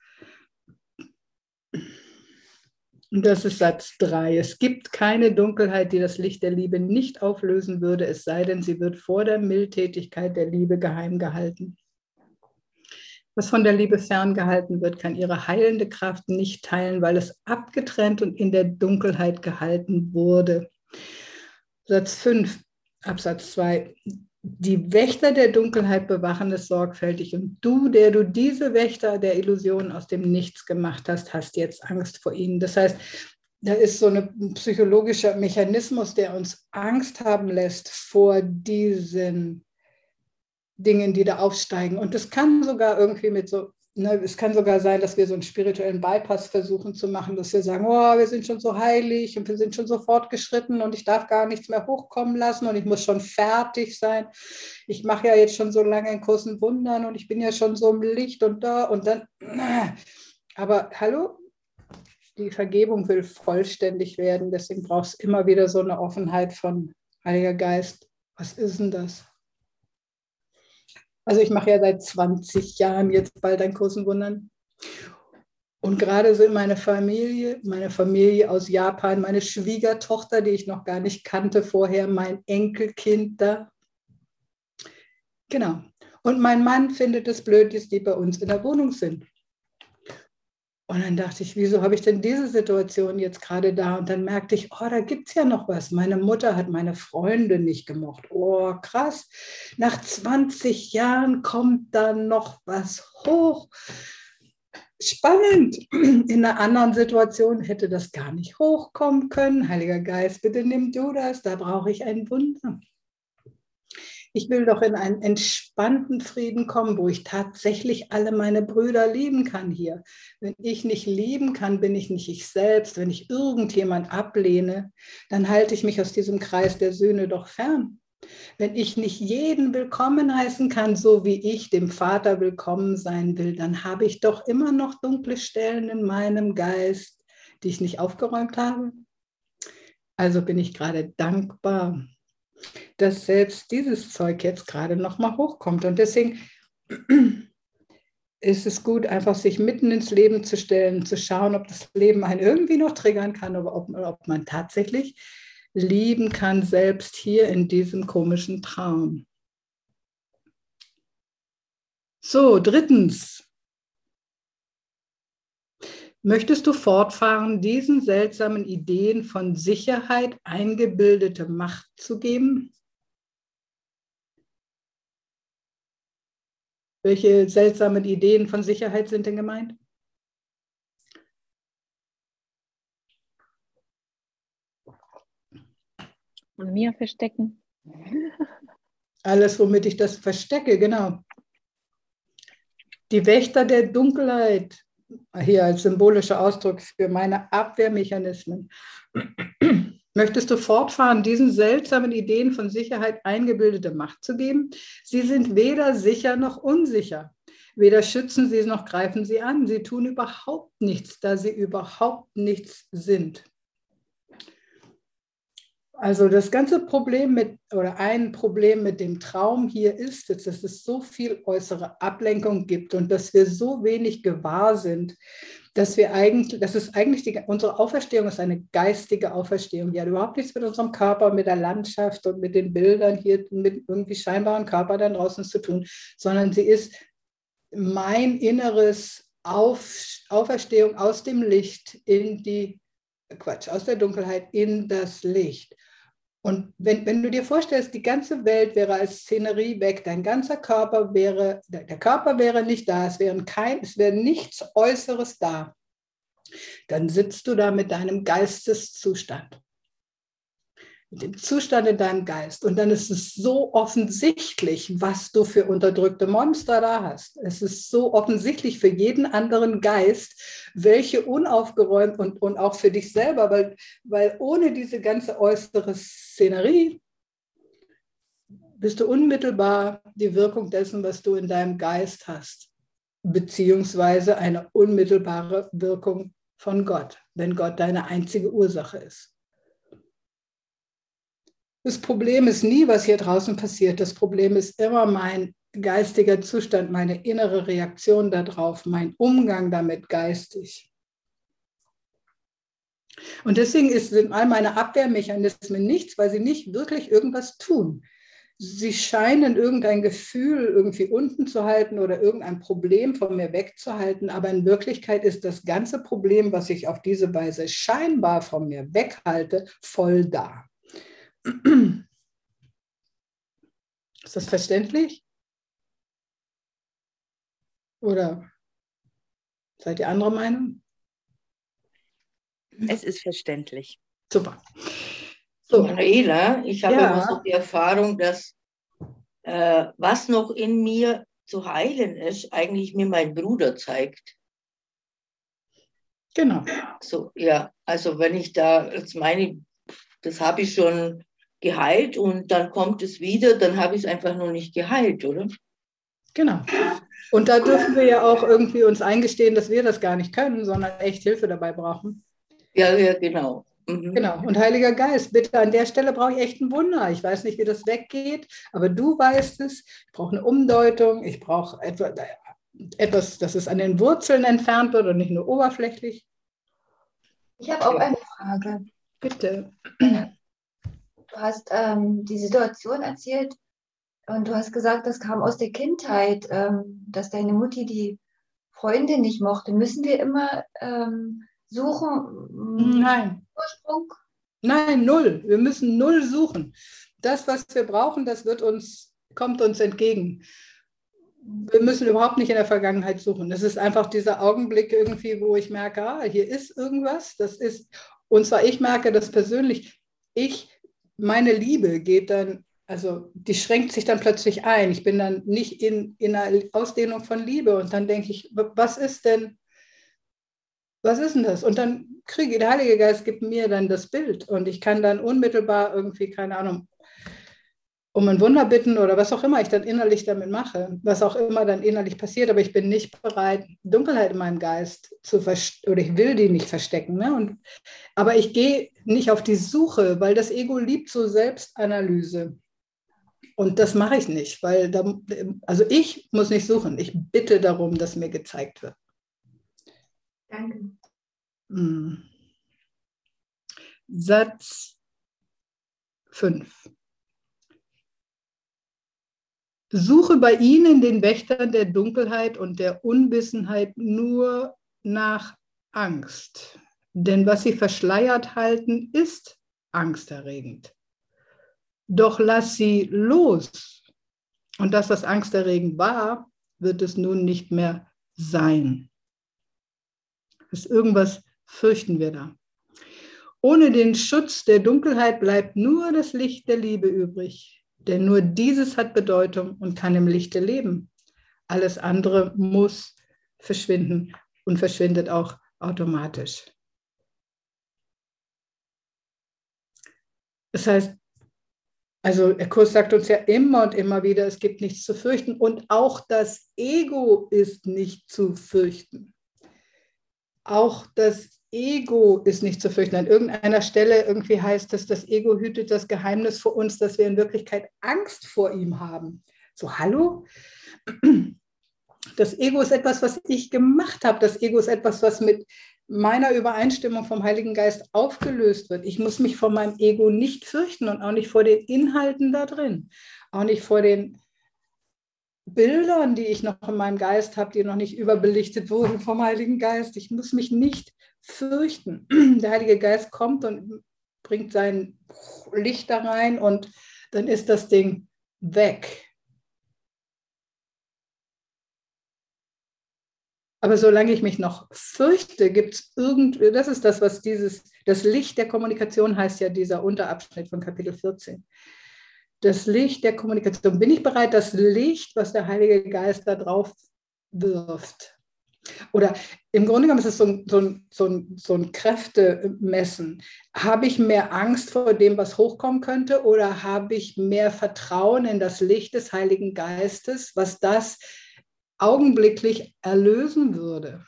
Und das ist Satz drei. Es gibt keine Dunkelheit, die das Licht der Liebe nicht auflösen würde, es sei denn, sie wird vor der Mildtätigkeit der Liebe geheim gehalten. Was von der Liebe ferngehalten wird, kann ihre heilende Kraft nicht teilen, weil es abgetrennt und in der Dunkelheit gehalten wurde. Satz fünf, Absatz zwei. Die Wächter der Dunkelheit bewachen es sorgfältig und du, der du diese Wächter der Illusion aus dem Nichts gemacht hast, hast jetzt Angst vor ihnen. Das heißt, da ist so ein psychologischer Mechanismus, der uns Angst haben lässt vor diesen Dingen, die da aufsteigen. Und das kann sogar irgendwie mit so, ne, es kann sogar sein, dass wir so einen spirituellen Bypass versuchen zu machen, dass wir sagen, oh, wir sind schon so heilig und wir sind schon so fortgeschritten und ich darf gar nichts mehr hochkommen lassen und ich muss schon fertig sein. Ich mache ja jetzt schon so lange einen Kurs in Wundern und ich bin ja schon so im Licht und da und dann. Aber hallo? Die Vergebung will vollständig werden, deswegen brauchst du immer wieder so eine Offenheit von Heiliger Geist. Was ist denn das? Also ich mache ja seit zwanzig Jahren jetzt bald einen Kurs in Wundern. Und gerade so in meine Familie, meine Familie aus Japan, meine Schwiegertochter, die ich noch gar nicht kannte vorher, mein Enkelkind da. Genau. Und mein Mann findet es blöd, dass die bei uns in der Wohnung sind. Und dann dachte ich, wieso habe ich denn diese Situation jetzt gerade da? Und dann merkte ich, oh, da gibt es ja noch was. Meine Mutter hat meine Freunde nicht gemocht. Oh, krass. Nach zwanzig Jahren kommt da noch was hoch. Spannend. In einer anderen Situation hätte das gar nicht hochkommen können. Heiliger Geist, bitte nimm du das. Da brauche ich ein Wunder. Ich will doch in einen entspannten Frieden kommen, wo ich tatsächlich alle meine Brüder lieben kann hier. Wenn ich nicht lieben kann, bin ich nicht ich selbst. Wenn ich irgendjemand ablehne, dann halte ich mich aus diesem Kreis der Söhne doch fern. Wenn ich nicht jeden willkommen heißen kann, so wie ich dem Vater willkommen sein will, dann habe ich doch immer noch dunkle Stellen in meinem Geist, die ich nicht aufgeräumt habe. Also bin ich gerade dankbar, dass selbst dieses Zeug jetzt gerade nochmal hochkommt. Und deswegen ist es gut, einfach sich mitten ins Leben zu stellen, zu schauen, ob das Leben einen irgendwie noch triggern kann, oder ob, ob man tatsächlich lieben kann, selbst hier in diesem komischen Traum. So, drittens. Möchtest du fortfahren, diesen seltsamen Ideen von Sicherheit eingebildete Macht zu geben? Welche seltsamen Ideen von Sicherheit sind denn gemeint? Und mir verstecken. Alles, womit ich das verstecke, genau. Die Wächter der Dunkelheit, hier als symbolischer Ausdruck für meine Abwehrmechanismen. Möchtest du fortfahren, diesen seltsamen Ideen von Sicherheit eingebildete Macht zu geben? Sie sind weder sicher noch unsicher. Weder schützen sie noch greifen sie an. Sie tun überhaupt nichts, da sie überhaupt nichts sind. Also das ganze Problem mit, oder ein Problem mit dem Traum hier ist, dass es so viel äußere Ablenkung gibt und dass wir so wenig gewahr sind, dass wir eigentlich, das ist eigentlich die, unsere Auferstehung ist eine geistige Auferstehung. Die hat überhaupt nichts mit unserem Körper, mit der Landschaft und mit den Bildern hier, mit irgendwie scheinbaren Körper da draußen zu tun, sondern sie ist mein inneres Auf, Auferstehung aus dem Licht in die, Quatsch, aus der Dunkelheit in das Licht. Und wenn, wenn du dir vorstellst, die ganze Welt wäre als Szenerie weg, dein ganzer Körper wäre, der Körper wäre nicht da, es, wären kein, es wäre nichts Äußeres da, dann sitzt du da mit deinem Geisteszustand, mit dem Zustand in deinem Geist. Und dann ist es so offensichtlich, was du für unterdrückte Monster da hast. Es ist so offensichtlich für jeden anderen Geist, welche unaufgeräumt und, und auch für dich selber, weil, weil ohne diese ganze äußere Szenerie bist du unmittelbar die Wirkung dessen, was du in deinem Geist hast, beziehungsweise eine unmittelbare Wirkung von Gott, wenn Gott deine einzige Ursache ist. Das Problem ist nie, was hier draußen passiert. Das Problem ist immer mein geistiger Zustand, meine innere Reaktion darauf, mein Umgang damit geistig. Und deswegen ist, sind all meine Abwehrmechanismen nichts, weil sie nicht wirklich irgendwas tun. Sie scheinen irgendein Gefühl irgendwie unten zu halten oder irgendein Problem von mir wegzuhalten, aber in Wirklichkeit ist das ganze Problem, was ich auf diese Weise scheinbar von mir weghalte, voll da. Ist das verständlich? Oder seid ihr anderer Meinung? Es ist verständlich. Super. So. Manuela, ich habe Ja. immer so die Erfahrung, dass äh, was noch in mir zu heilen ist, eigentlich mir mein Bruder zeigt. Genau. So, ja, also wenn ich da jetzt meine, das habe ich schon geheilt und dann kommt es wieder, dann habe ich es einfach noch nicht geheilt, oder? Genau. Und da dürfen wir ja auch irgendwie uns eingestehen, dass wir das gar nicht können, sondern echt Hilfe dabei brauchen. Ja, ja, genau. Mhm. Genau. Und Heiliger Geist, bitte, an der Stelle brauche ich echt ein Wunder. Ich weiß nicht, wie das weggeht, aber du weißt es. Ich brauche eine Umdeutung. Ich brauche etwas, etwas, dass es an den Wurzeln entfernt wird und nicht nur oberflächlich. Ich habe auch eine Frage. Bitte. Du hast ähm, die Situation erzählt und du hast gesagt, das kam aus der Kindheit, ähm, dass deine Mutti die Freundin nicht mochte. Müssen wir immer ähm, suchen? Nein. Ursprung? Nein, null. Wir müssen null suchen. Das, was wir brauchen, das wird uns, kommt uns entgegen. Wir müssen überhaupt nicht in der Vergangenheit suchen. Es ist einfach dieser Augenblick irgendwie, wo ich merke, ah, hier ist irgendwas. Das ist, und zwar ich merke das persönlich. Ich, meine Liebe geht dann, also die schränkt sich dann plötzlich ein. Ich bin dann nicht in, in einer Ausdehnung von Liebe und dann denke ich, was ist denn, was ist denn das? Und dann kriege ich, der Heilige Geist gibt mir dann das Bild und ich kann dann unmittelbar irgendwie, keine Ahnung, um ein Wunder bitten oder was auch immer ich dann innerlich damit mache, was auch immer dann innerlich passiert, aber ich bin nicht bereit, Dunkelheit in meinem Geist zu verstecken, oder ich will die nicht verstecken. Ne? Und, aber ich gehe nicht auf die Suche, weil das Ego liebt so Selbstanalyse. Und das mache ich nicht, weil, da, also ich muss nicht suchen, ich bitte darum, dass mir gezeigt wird. Danke. Hm. Satz fünf. Suche bei ihnen, den Wächtern der Dunkelheit und der Unwissenheit, nur nach Angst. Denn was sie verschleiert halten, ist angsterregend. Doch lass sie los. Und das, was angsterregend war, wird es nun nicht mehr sein. Das ist irgendwas, fürchten wir da. Ohne den Schutz der Dunkelheit bleibt nur das Licht der Liebe übrig. Denn nur dieses hat Bedeutung und kann im Lichte leben. Alles andere muss verschwinden und verschwindet auch automatisch. Das heißt, also der Kurs sagt uns ja immer und immer wieder, es gibt nichts zu fürchten und auch das Ego ist nicht zu fürchten. Auch das Ego ist nicht zu fürchten. An irgendeiner Stelle irgendwie heißt es, das Ego hütet das Geheimnis vor uns, dass wir in Wirklichkeit Angst vor ihm haben. So, hallo? Das Ego ist etwas, was ich gemacht habe. Das Ego ist etwas, was mit meiner Übereinstimmung vom Heiligen Geist aufgelöst wird. Ich muss mich vor meinem Ego nicht fürchten und auch nicht vor den Inhalten da drin. Auch nicht vor den Bildern, die ich noch in meinem Geist habe, die noch nicht überbelichtet wurden vom Heiligen Geist. Ich muss mich nicht fürchten. Der Heilige Geist kommt und bringt sein Licht da rein und dann ist das Ding weg. Aber solange ich mich noch fürchte, gibt es irgendwie, das ist das, was dieses, das Licht der Kommunikation heißt ja dieser Unterabschnitt von Kapitel vierzehn. Das Licht der Kommunikation. Bin ich bereit, das Licht, was der Heilige Geist da drauf wirft? Oder im Grunde genommen ist es so ein, so ein, so ein, so ein Kräftemessen. Habe ich mehr Angst vor dem, was hochkommen könnte, oder habe ich mehr Vertrauen in das Licht des Heiligen Geistes, was das augenblicklich erlösen würde?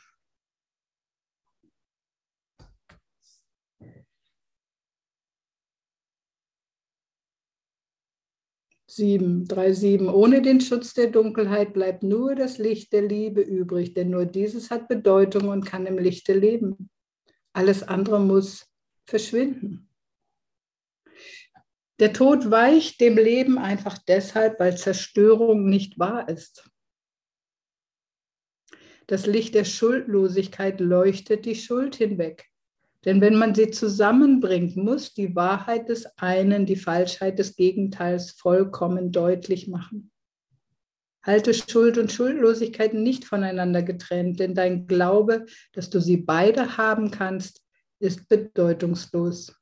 Sieben, drei, sieben. Ohne den Schutz der Dunkelheit bleibt nur das Licht der Liebe übrig, denn nur dieses hat Bedeutung und kann im Lichte leben. Alles andere muss verschwinden. Der Tod weicht dem Leben einfach deshalb, weil Zerstörung nicht wahr ist. Das Licht der Schuldlosigkeit leuchtet die Schuld hinweg. Denn wenn man sie zusammenbringt, muss die Wahrheit des einen die Falschheit des Gegenteils vollkommen deutlich machen. Halte Schuld und Schuldlosigkeit nicht voneinander getrennt, denn dein Glaube, dass du sie beide haben kannst, ist bedeutungslos.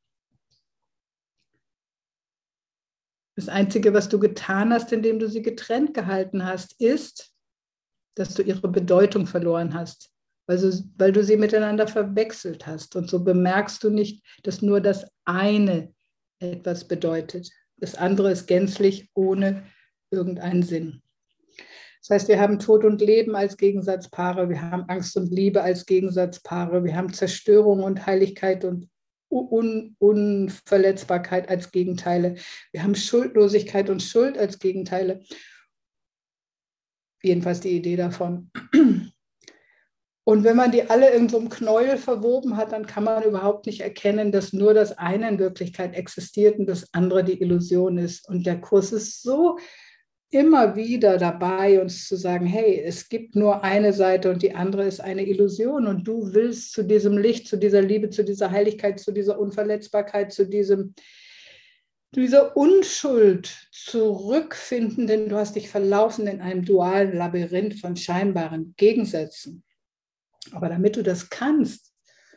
Das Einzige, was du getan hast, indem du sie getrennt gehalten hast, ist, dass du ihre Bedeutung verloren hast, weil du, weil du sie miteinander verwechselt hast. Und so bemerkst du nicht, dass nur das eine etwas bedeutet. Das andere ist gänzlich ohne irgendeinen Sinn. Das heißt, wir haben Tod und Leben als Gegensatzpaare, wir haben Angst und Liebe als Gegensatzpaare, wir haben Zerstörung und Heiligkeit und Un- Unverletzbarkeit als Gegenteile, wir haben Schuldlosigkeit und Schuld als Gegenteile. Jedenfalls die Idee davon. Und wenn man die alle in so einem Knäuel verwoben hat, dann kann man überhaupt nicht erkennen, dass nur das eine in Wirklichkeit existiert und das andere die Illusion ist. Und der Kurs ist so immer wieder dabei, uns zu sagen, hey, es gibt nur eine Seite und die andere ist eine Illusion. Und du willst zu diesem Licht, zu dieser Liebe, zu dieser Heiligkeit, zu dieser Unverletzbarkeit, zu diesem dieser Unschuld zurückfinden, denn du hast dich verlaufen in einem dualen Labyrinth von scheinbaren Gegensätzen. Aber damit du das kannst,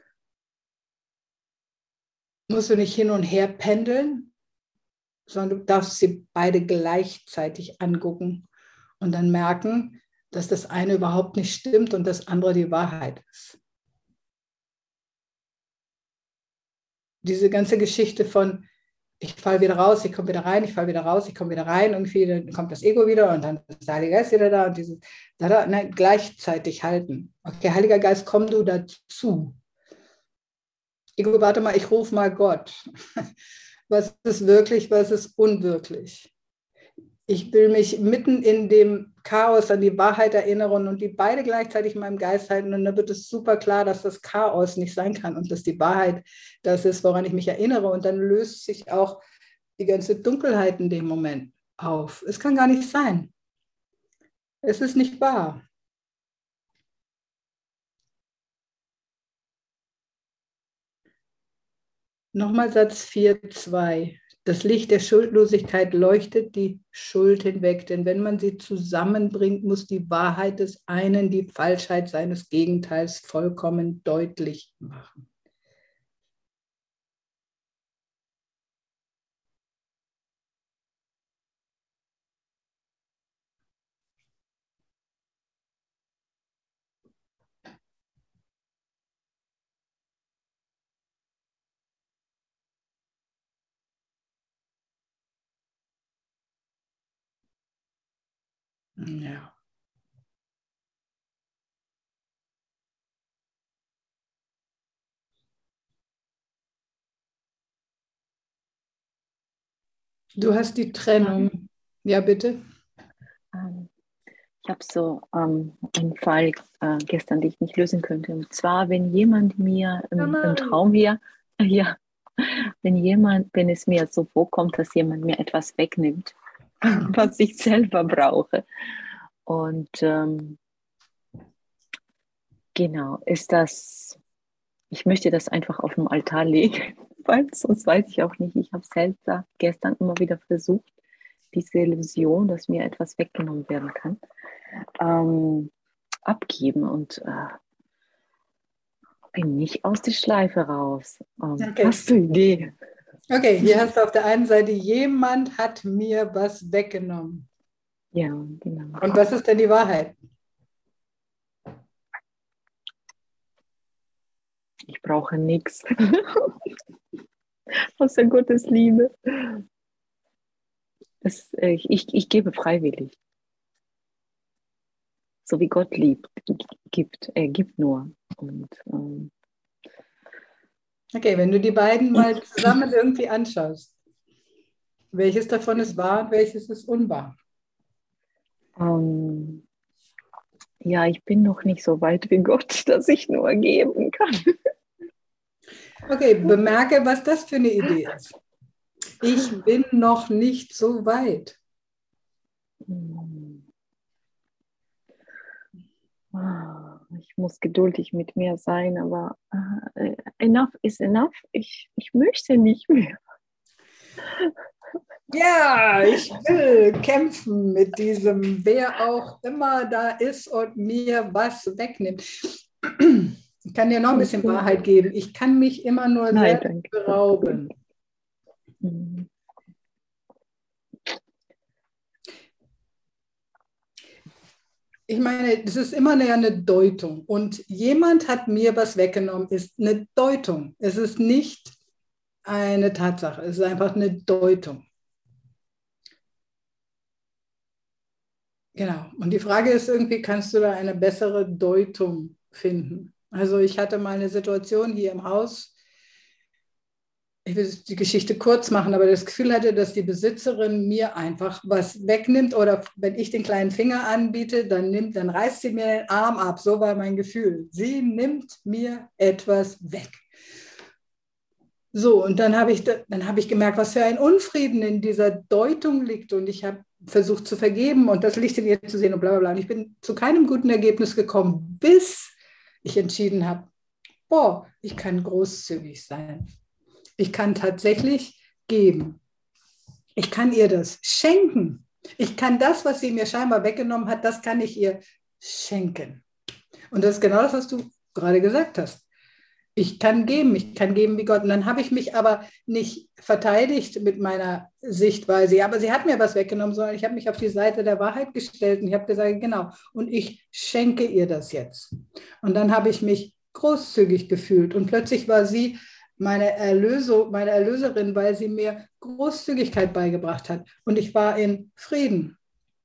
musst du nicht hin und her pendeln, sondern du darfst sie beide gleichzeitig angucken und dann merken, dass das eine überhaupt nicht stimmt und das andere die Wahrheit ist. Diese ganze Geschichte von ich falle wieder raus, ich komme wieder rein, ich falle wieder raus, ich komme wieder rein, irgendwie dann kommt das Ego wieder und dann ist der Heilige Geist wieder da und dieses da, da, nein, gleichzeitig halten. Okay, Heiliger Geist, komm du dazu. Ego, warte mal, ich rufe mal Gott. Was ist wirklich, was ist unwirklich? Ich will mich mitten in dem Chaos an die Wahrheit erinnern und die beide gleichzeitig in meinem Geist halten und dann wird es super klar, dass das Chaos nicht sein kann und dass die Wahrheit das ist, woran ich mich erinnere und dann löst sich auch die ganze Dunkelheit in dem Moment auf. Es kann gar nicht sein. Es ist nicht wahr. Nochmal Satz vier Punkt zwei. Das Licht der Schuldlosigkeit leuchtet die Schuld hinweg, denn wenn man sie zusammenbringt, muss die Wahrheit des einen die Falschheit seines Gegenteils vollkommen deutlich machen. Ja. Du hast die Trennung. Ja, bitte. Ähm, Ich habe so ähm, einen Fall äh, gestern, den ich nicht lösen könnte. Und zwar, wenn jemand mir im, im Traum hier, ja, wenn jemand, wenn es mir so vorkommt, dass jemand mir etwas wegnimmt, was ich selber brauche. Und ähm, genau, ist das, ich möchte das einfach auf dem Altar legen, weil sonst weiß ich auch nicht. Ich habe selbst da gestern immer wieder versucht, diese Illusion, dass mir etwas weggenommen werden kann, ähm, abgeben und äh, bin nicht aus der Schleife raus. Ähm, Okay. Hast du Idee? Okay, hier hast du auf der einen Seite, jemand hat mir was weggenommen. Ja, genau. Und was ist denn die Wahrheit? Ich brauche nichts außer Gottes Liebe. Das, äh, ich, ich gebe freiwillig. So wie Gott liebt, gibt. Er gibt nur. Und ähm, Okay, wenn du die beiden mal zusammen irgendwie anschaust, welches davon ist wahr und welches ist unwahr? ähm, ja, ich bin noch nicht so weit wie Gott, dass ich nur geben kann. Okay, bemerke, was das für eine Idee ist. Ich bin noch nicht so weit. Ich muss geduldig mit mir sein, aber äh, enough is enough. Ich, ich möchte nicht mehr. Ja, ich will kämpfen mit diesem, wer auch immer da ist und mir was wegnimmt. Ich kann dir noch ein bisschen Wahrheit geben. Ich kann mich immer nur Nein, selbst danke. berauben. Mhm. Ich meine, es ist immer eine, eine Deutung. Und jemand hat mir was weggenommen, ist eine Deutung. Es ist nicht eine Tatsache, es ist einfach eine Deutung. Genau. Und die Frage ist irgendwie, kannst du da eine bessere Deutung finden? Also ich hatte mal eine Situation hier im Haus, ich will die Geschichte kurz machen, aber das Gefühl hatte, dass die Besitzerin mir einfach was wegnimmt oder wenn ich den kleinen Finger anbiete, dann nimmt, dann reißt sie mir den Arm ab. So war mein Gefühl. Sie nimmt mir etwas weg. So, und dann habe ich, dann habe ich gemerkt, was für ein Unfrieden in dieser Deutung liegt. Und ich habe versucht zu vergeben und das Licht in ihr zu sehen und bla bla bla. Und ich bin zu keinem guten Ergebnis gekommen, bis ich entschieden habe, boah, ich kann großzügig sein. Ich kann tatsächlich geben. Ich kann ihr das schenken. Ich kann das, was sie mir scheinbar weggenommen hat, das kann ich ihr schenken. Und das ist genau das, was du gerade gesagt hast. Ich kann geben, ich kann geben wie Gott. Und dann habe ich mich aber nicht verteidigt mit meiner Sichtweise. Ja, aber sie hat mir was weggenommen, sondern ich habe mich auf die Seite der Wahrheit gestellt und ich habe gesagt, genau, und ich schenke ihr das jetzt. Und dann habe ich mich großzügig gefühlt und plötzlich war sie meine Erlösung, meine Erlöserin, weil sie mir Großzügigkeit beigebracht hat. Und ich war in Frieden.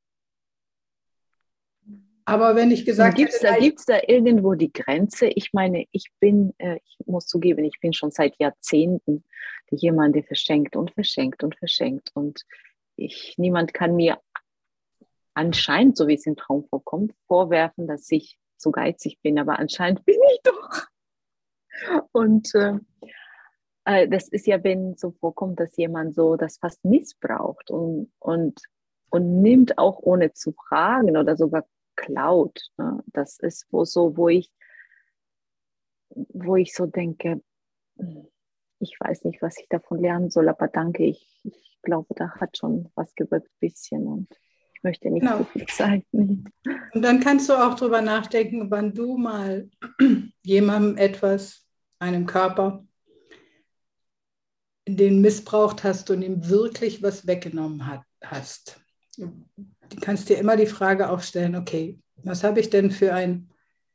Aber wenn ich gesagt Gibt es hätte, da, nein, gibt's da irgendwo die Grenze? Ich meine, ich bin, äh, ich muss zugeben, ich bin schon seit Jahrzehnten jemand, der verschenkt und verschenkt und verschenkt. Und ich, niemand kann mir anscheinend, so wie es im Traum vorkommt, vorwerfen, dass ich zu geizig bin. Aber anscheinend bin ich doch. Und äh, äh, das ist ja, wenn so vorkommt, dass jemand so das fast missbraucht und, und, und nimmt auch ohne zu fragen oder sogar klaut. Ne? Das ist wo so, wo ich, wo ich so denke, ich weiß nicht, was ich davon lernen soll, aber danke, ich, ich glaube, da hat schon was gewirkt, ein bisschen. Und ich möchte nicht genau. zu viel Zeit nehmen. Und dann kannst du auch drüber nachdenken, wann du mal jemandem etwas, einem Körper, den missbraucht hast und ihm wirklich was weggenommen hat, hast. Du kannst dir immer die Frage auch stellen, okay, was habe ich denn für ein,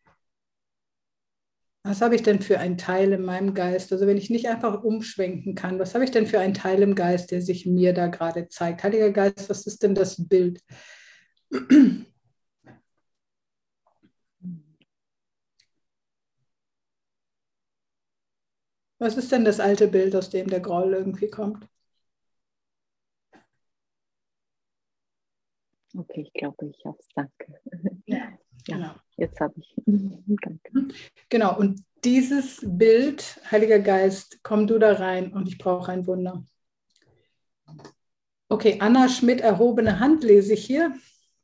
was habe ich denn für einen Teil in meinem Geist? Also wenn ich nicht einfach umschwenken kann, was habe ich denn für einen Teil im Geist, der sich mir da gerade zeigt? Heiliger Geist, was ist denn das Bild? Was ist denn das alte Bild, aus dem der Groll irgendwie kommt? Okay, ich glaube, ich habe es. Danke. Ja, Ja, genau. jetzt habe ich. Danke. Genau, und dieses Bild, Heiliger Geist, komm du da rein und ich brauche ein Wunder. Okay, Anna Schmidt, erhobene Hand lese ich hier.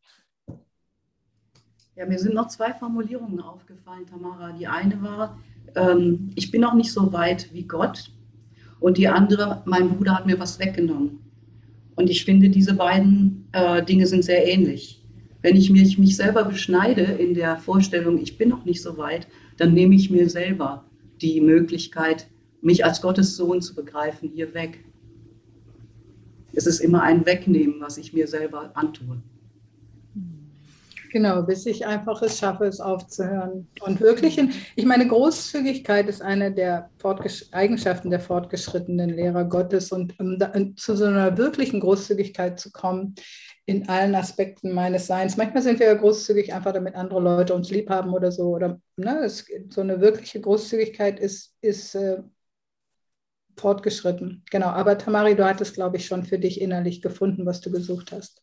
Ja, mir sind noch zwei Formulierungen aufgefallen, Tamara. Die eine war, ähm, ich bin noch nicht so weit wie Gott. Und die andere, mein Bruder hat mir was weggenommen. Und ich finde, diese beiden äh, Dinge sind sehr ähnlich. Wenn ich mich, mich selber beschneide in der Vorstellung, ich bin noch nicht so weit, dann nehme ich mir selber die Möglichkeit, mich als Gottes Sohn zu begreifen, hier weg. Es ist immer ein Wegnehmen, was ich mir selber antue. Genau, bis ich einfach es schaffe, es aufzuhören. Und wirklich, in, ich meine, Großzügigkeit ist eine der Eigenschaften der fortgeschrittenen Lehrer Gottes. Und um da, zu so einer wirklichen Großzügigkeit zu kommen, in allen Aspekten meines Seins. Manchmal sind wir ja großzügig, einfach damit andere Leute uns lieb haben oder so. Oder ne, es, so eine wirkliche Großzügigkeit ist, ist äh, fortgeschritten. Genau, aber Tamari, du hattest, glaube ich, schon für dich innerlich gefunden, was du gesucht hast.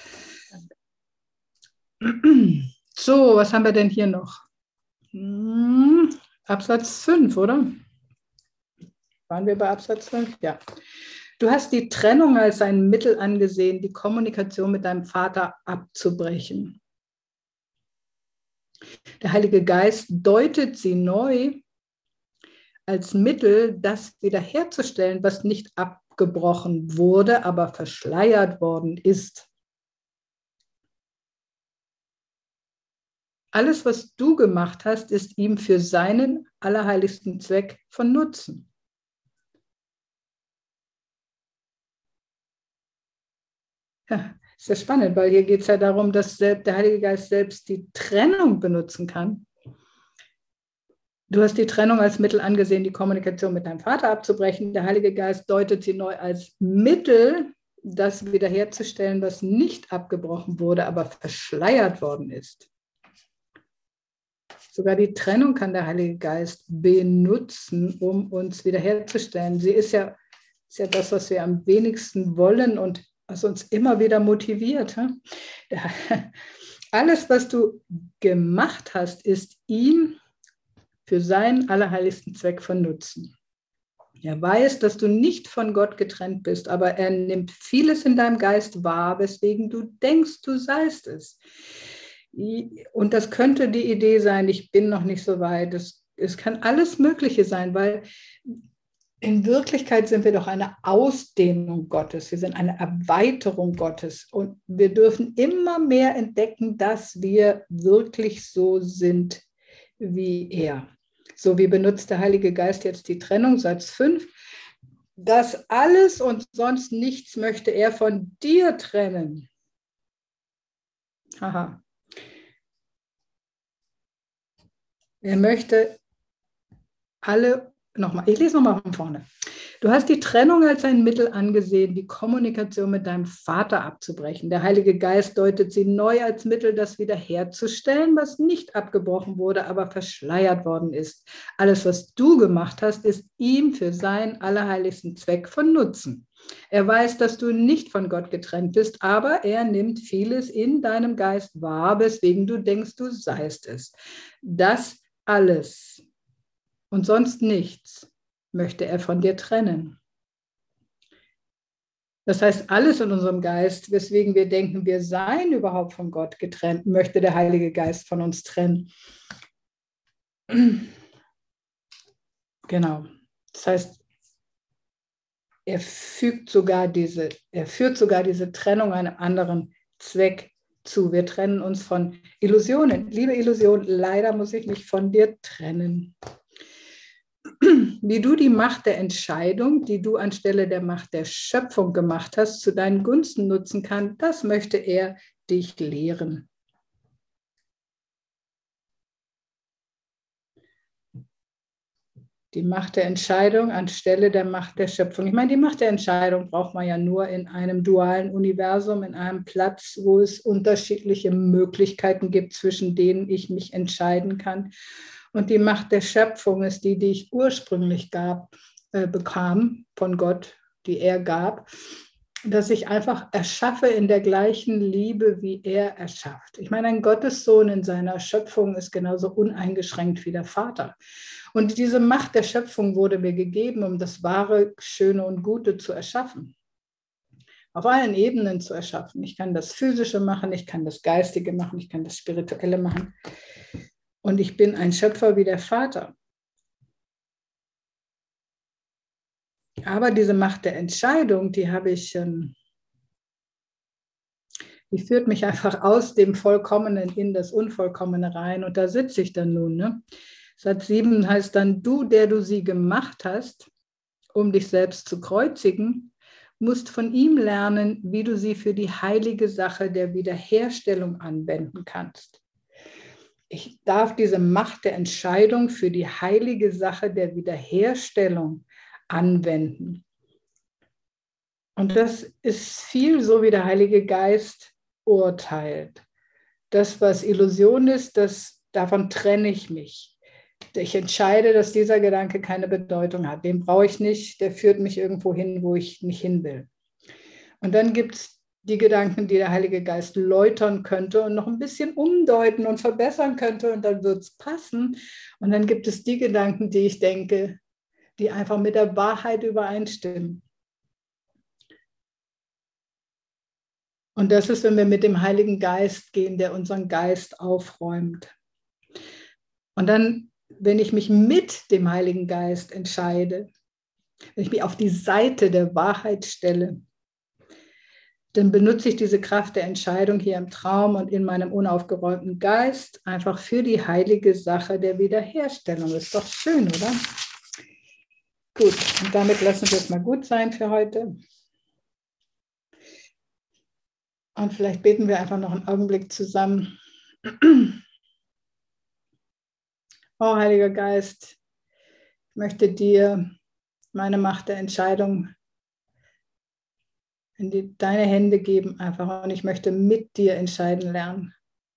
So, was haben wir denn hier noch? Hm, Absatz fünf, oder? Waren wir bei Absatz fünf? Ja. Du hast die Trennung als ein Mittel angesehen, die Kommunikation mit deinem Vater abzubrechen. Der Heilige Geist deutet sie neu als Mittel, das wiederherzustellen, was nicht abgebrochen wurde, aber verschleiert worden ist. Alles, was du gemacht hast, ist ihm für seinen allerheiligsten Zweck von Nutzen. Ja, ist ja spannend, weil hier geht es ja darum, dass der Heilige Geist selbst die Trennung benutzen kann. Du hast die Trennung als Mittel angesehen, die Kommunikation mit deinem Vater abzubrechen. Der Heilige Geist deutet sie neu als Mittel, das wiederherzustellen, was nicht abgebrochen wurde, aber verschleiert worden ist. Sogar die Trennung kann der Heilige Geist benutzen, um uns wiederherzustellen. Sie ist ja, ist ja das, was wir am wenigsten wollen und was uns immer wieder motiviert. Ja. Alles, was du gemacht hast, ist ihm für seinen allerheiligsten Zweck von Nutzen. Er weiß, dass du nicht von Gott getrennt bist, aber er nimmt vieles in deinem Geist wahr, weswegen du denkst, du seist es. Und das könnte die Idee sein, ich bin noch nicht so weit. Es, es kann alles Mögliche sein, weil in Wirklichkeit sind wir doch eine Ausdehnung Gottes. Wir sind eine Erweiterung Gottes. Und wir dürfen immer mehr entdecken, dass wir wirklich so sind wie er. So, wie benutzt der Heilige Geist jetzt die Trennung? Satz fünf. Das alles und sonst nichts möchte er von dir trennen. Haha. Er möchte alle, nochmal, ich lese nochmal von vorne. Du hast die Trennung als ein Mittel angesehen, die Kommunikation mit deinem Vater abzubrechen. Der Heilige Geist deutet sie neu als Mittel, das wiederherzustellen, was nicht abgebrochen wurde, aber verschleiert worden ist. Alles, was du gemacht hast, ist ihm für seinen allerheiligsten Zweck von Nutzen. Er weiß, dass du nicht von Gott getrennt bist, aber er nimmt vieles in deinem Geist wahr, weswegen du denkst, du seist es. Das alles und sonst nichts möchte er von dir trennen. Das heißt, alles in unserem Geist, weswegen wir denken, wir seien überhaupt von Gott getrennt, möchte der Heilige Geist von uns trennen. Genau. Das heißt, er fügt sogar diese, er führt sogar diese Trennung einem anderen Zweck zu. Wir trennen uns von Illusionen. Liebe Illusion, leider muss ich mich von dir trennen. Wie du die Macht der Entscheidung, die du anstelle der Macht der Schöpfung gemacht hast, zu deinen Gunsten nutzen kann, das möchte er dich lehren. Die Macht der Entscheidung anstelle der Macht der Schöpfung. Ich meine, die Macht der Entscheidung braucht man ja nur in einem dualen Universum, in einem Platz, wo es unterschiedliche Möglichkeiten gibt, zwischen denen ich mich entscheiden kann. Und die Macht der Schöpfung ist die, die ich ursprünglich gab, äh, bekam von Gott, die er gab. dass ich einfach erschaffe in der gleichen Liebe, wie er erschafft. Ich meine, ein Gottessohn in seiner Schöpfung ist genauso uneingeschränkt wie der Vater. Und diese Macht der Schöpfung wurde mir gegeben, um das Wahre, Schöne und Gute zu erschaffen. Auf allen Ebenen zu erschaffen. Ich kann das Physische machen, ich kann das Geistige machen, ich kann das Spirituelle machen. Und ich bin ein Schöpfer wie der Vater. Aber diese Macht der Entscheidung, die habe ich, die führt mich einfach aus dem Vollkommenen in das Unvollkommene rein. Und da sitze ich dann nun. Ne? Satz sieben heißt dann, du, der du sie gemacht hast, um dich selbst zu kreuzigen, musst von ihm lernen, wie du sie für die heilige Sache der Wiederherstellung anwenden kannst. Ich darf diese Macht der Entscheidung für die heilige Sache der Wiederherstellung anwenden. Und das ist viel so, wie der Heilige Geist urteilt. Das, was Illusion ist, das, davon trenne ich mich. Ich entscheide, dass dieser Gedanke keine Bedeutung hat. Den brauche ich nicht, der führt mich irgendwo hin, wo ich nicht hin will. Und dann gibt es die Gedanken, die der Heilige Geist läutern könnte und noch ein bisschen umdeuten und verbessern könnte und dann wird es passen. Und dann gibt es die Gedanken, die ich denke, die einfach mit der Wahrheit übereinstimmen. Und das ist, wenn wir mit dem Heiligen Geist gehen, der unseren Geist aufräumt. Und dann, wenn ich mich mit dem Heiligen Geist entscheide, wenn ich mich auf die Seite der Wahrheit stelle, dann benutze ich diese Kraft der Entscheidung hier im Traum und in meinem unaufgeräumten Geist einfach für die heilige Sache der Wiederherstellung. Ist doch schön, oder? Gut, und damit lassen wir es mal gut sein für heute. Und vielleicht beten wir einfach noch einen Augenblick zusammen. Oh, Heiliger Geist, ich möchte dir meine Macht der Entscheidung in die, deine Hände geben einfach und ich möchte mit dir entscheiden lernen.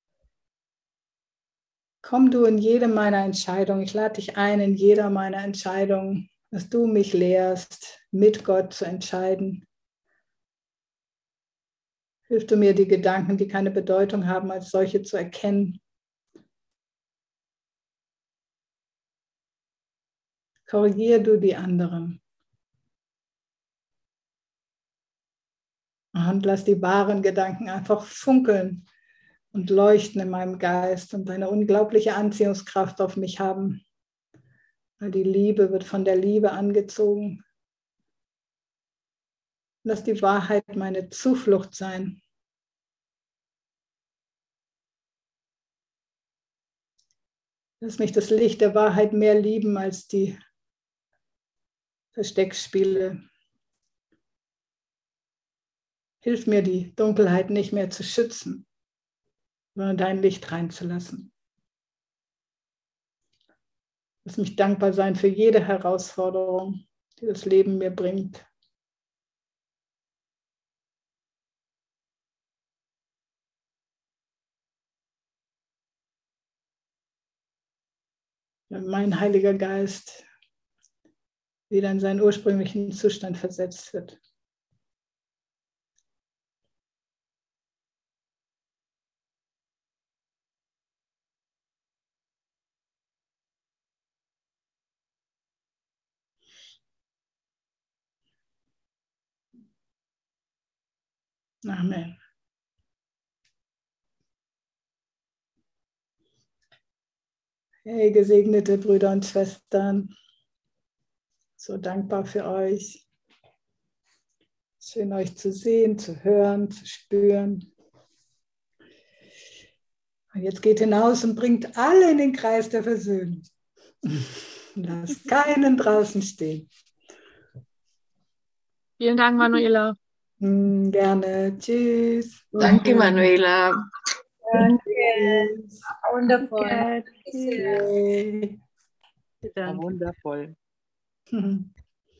Komm du in jede meiner Entscheidungen, ich lade dich ein, in jeder meiner Entscheidungen, dass du mich lehrst, mit Gott zu entscheiden. Hilf du mir, die Gedanken, die keine Bedeutung haben, als solche zu erkennen. Korrigier du die anderen. Und lass die wahren Gedanken einfach funkeln und leuchten in meinem Geist und eine unglaubliche Anziehungskraft auf mich haben. Weil die Liebe wird von der Liebe angezogen. Lass die Wahrheit meine Zuflucht sein. Lass mich das Licht der Wahrheit mehr lieben als die Versteckspiele. Hilf mir, die Dunkelheit nicht mehr zu schützen, sondern dein Licht reinzulassen. Lass mich dankbar sein für jede Herausforderung, die das Leben mir bringt. Wenn mein Heiliger Geist wieder in seinen ursprünglichen Zustand versetzt wird. Amen. Hey, gesegnete Brüder und Schwestern, so dankbar für euch. Schön euch zu sehen, zu hören, zu spüren. Und jetzt geht hinaus und bringt alle in den Kreis der Versöhnung. Lasst keinen draußen stehen. Vielen Dank, Manuela. Hm, gerne. Tschüss. Danke, Manuela. Danke. Wundervoll. Okay. Okay. Danke. Wundervoll. Mhm.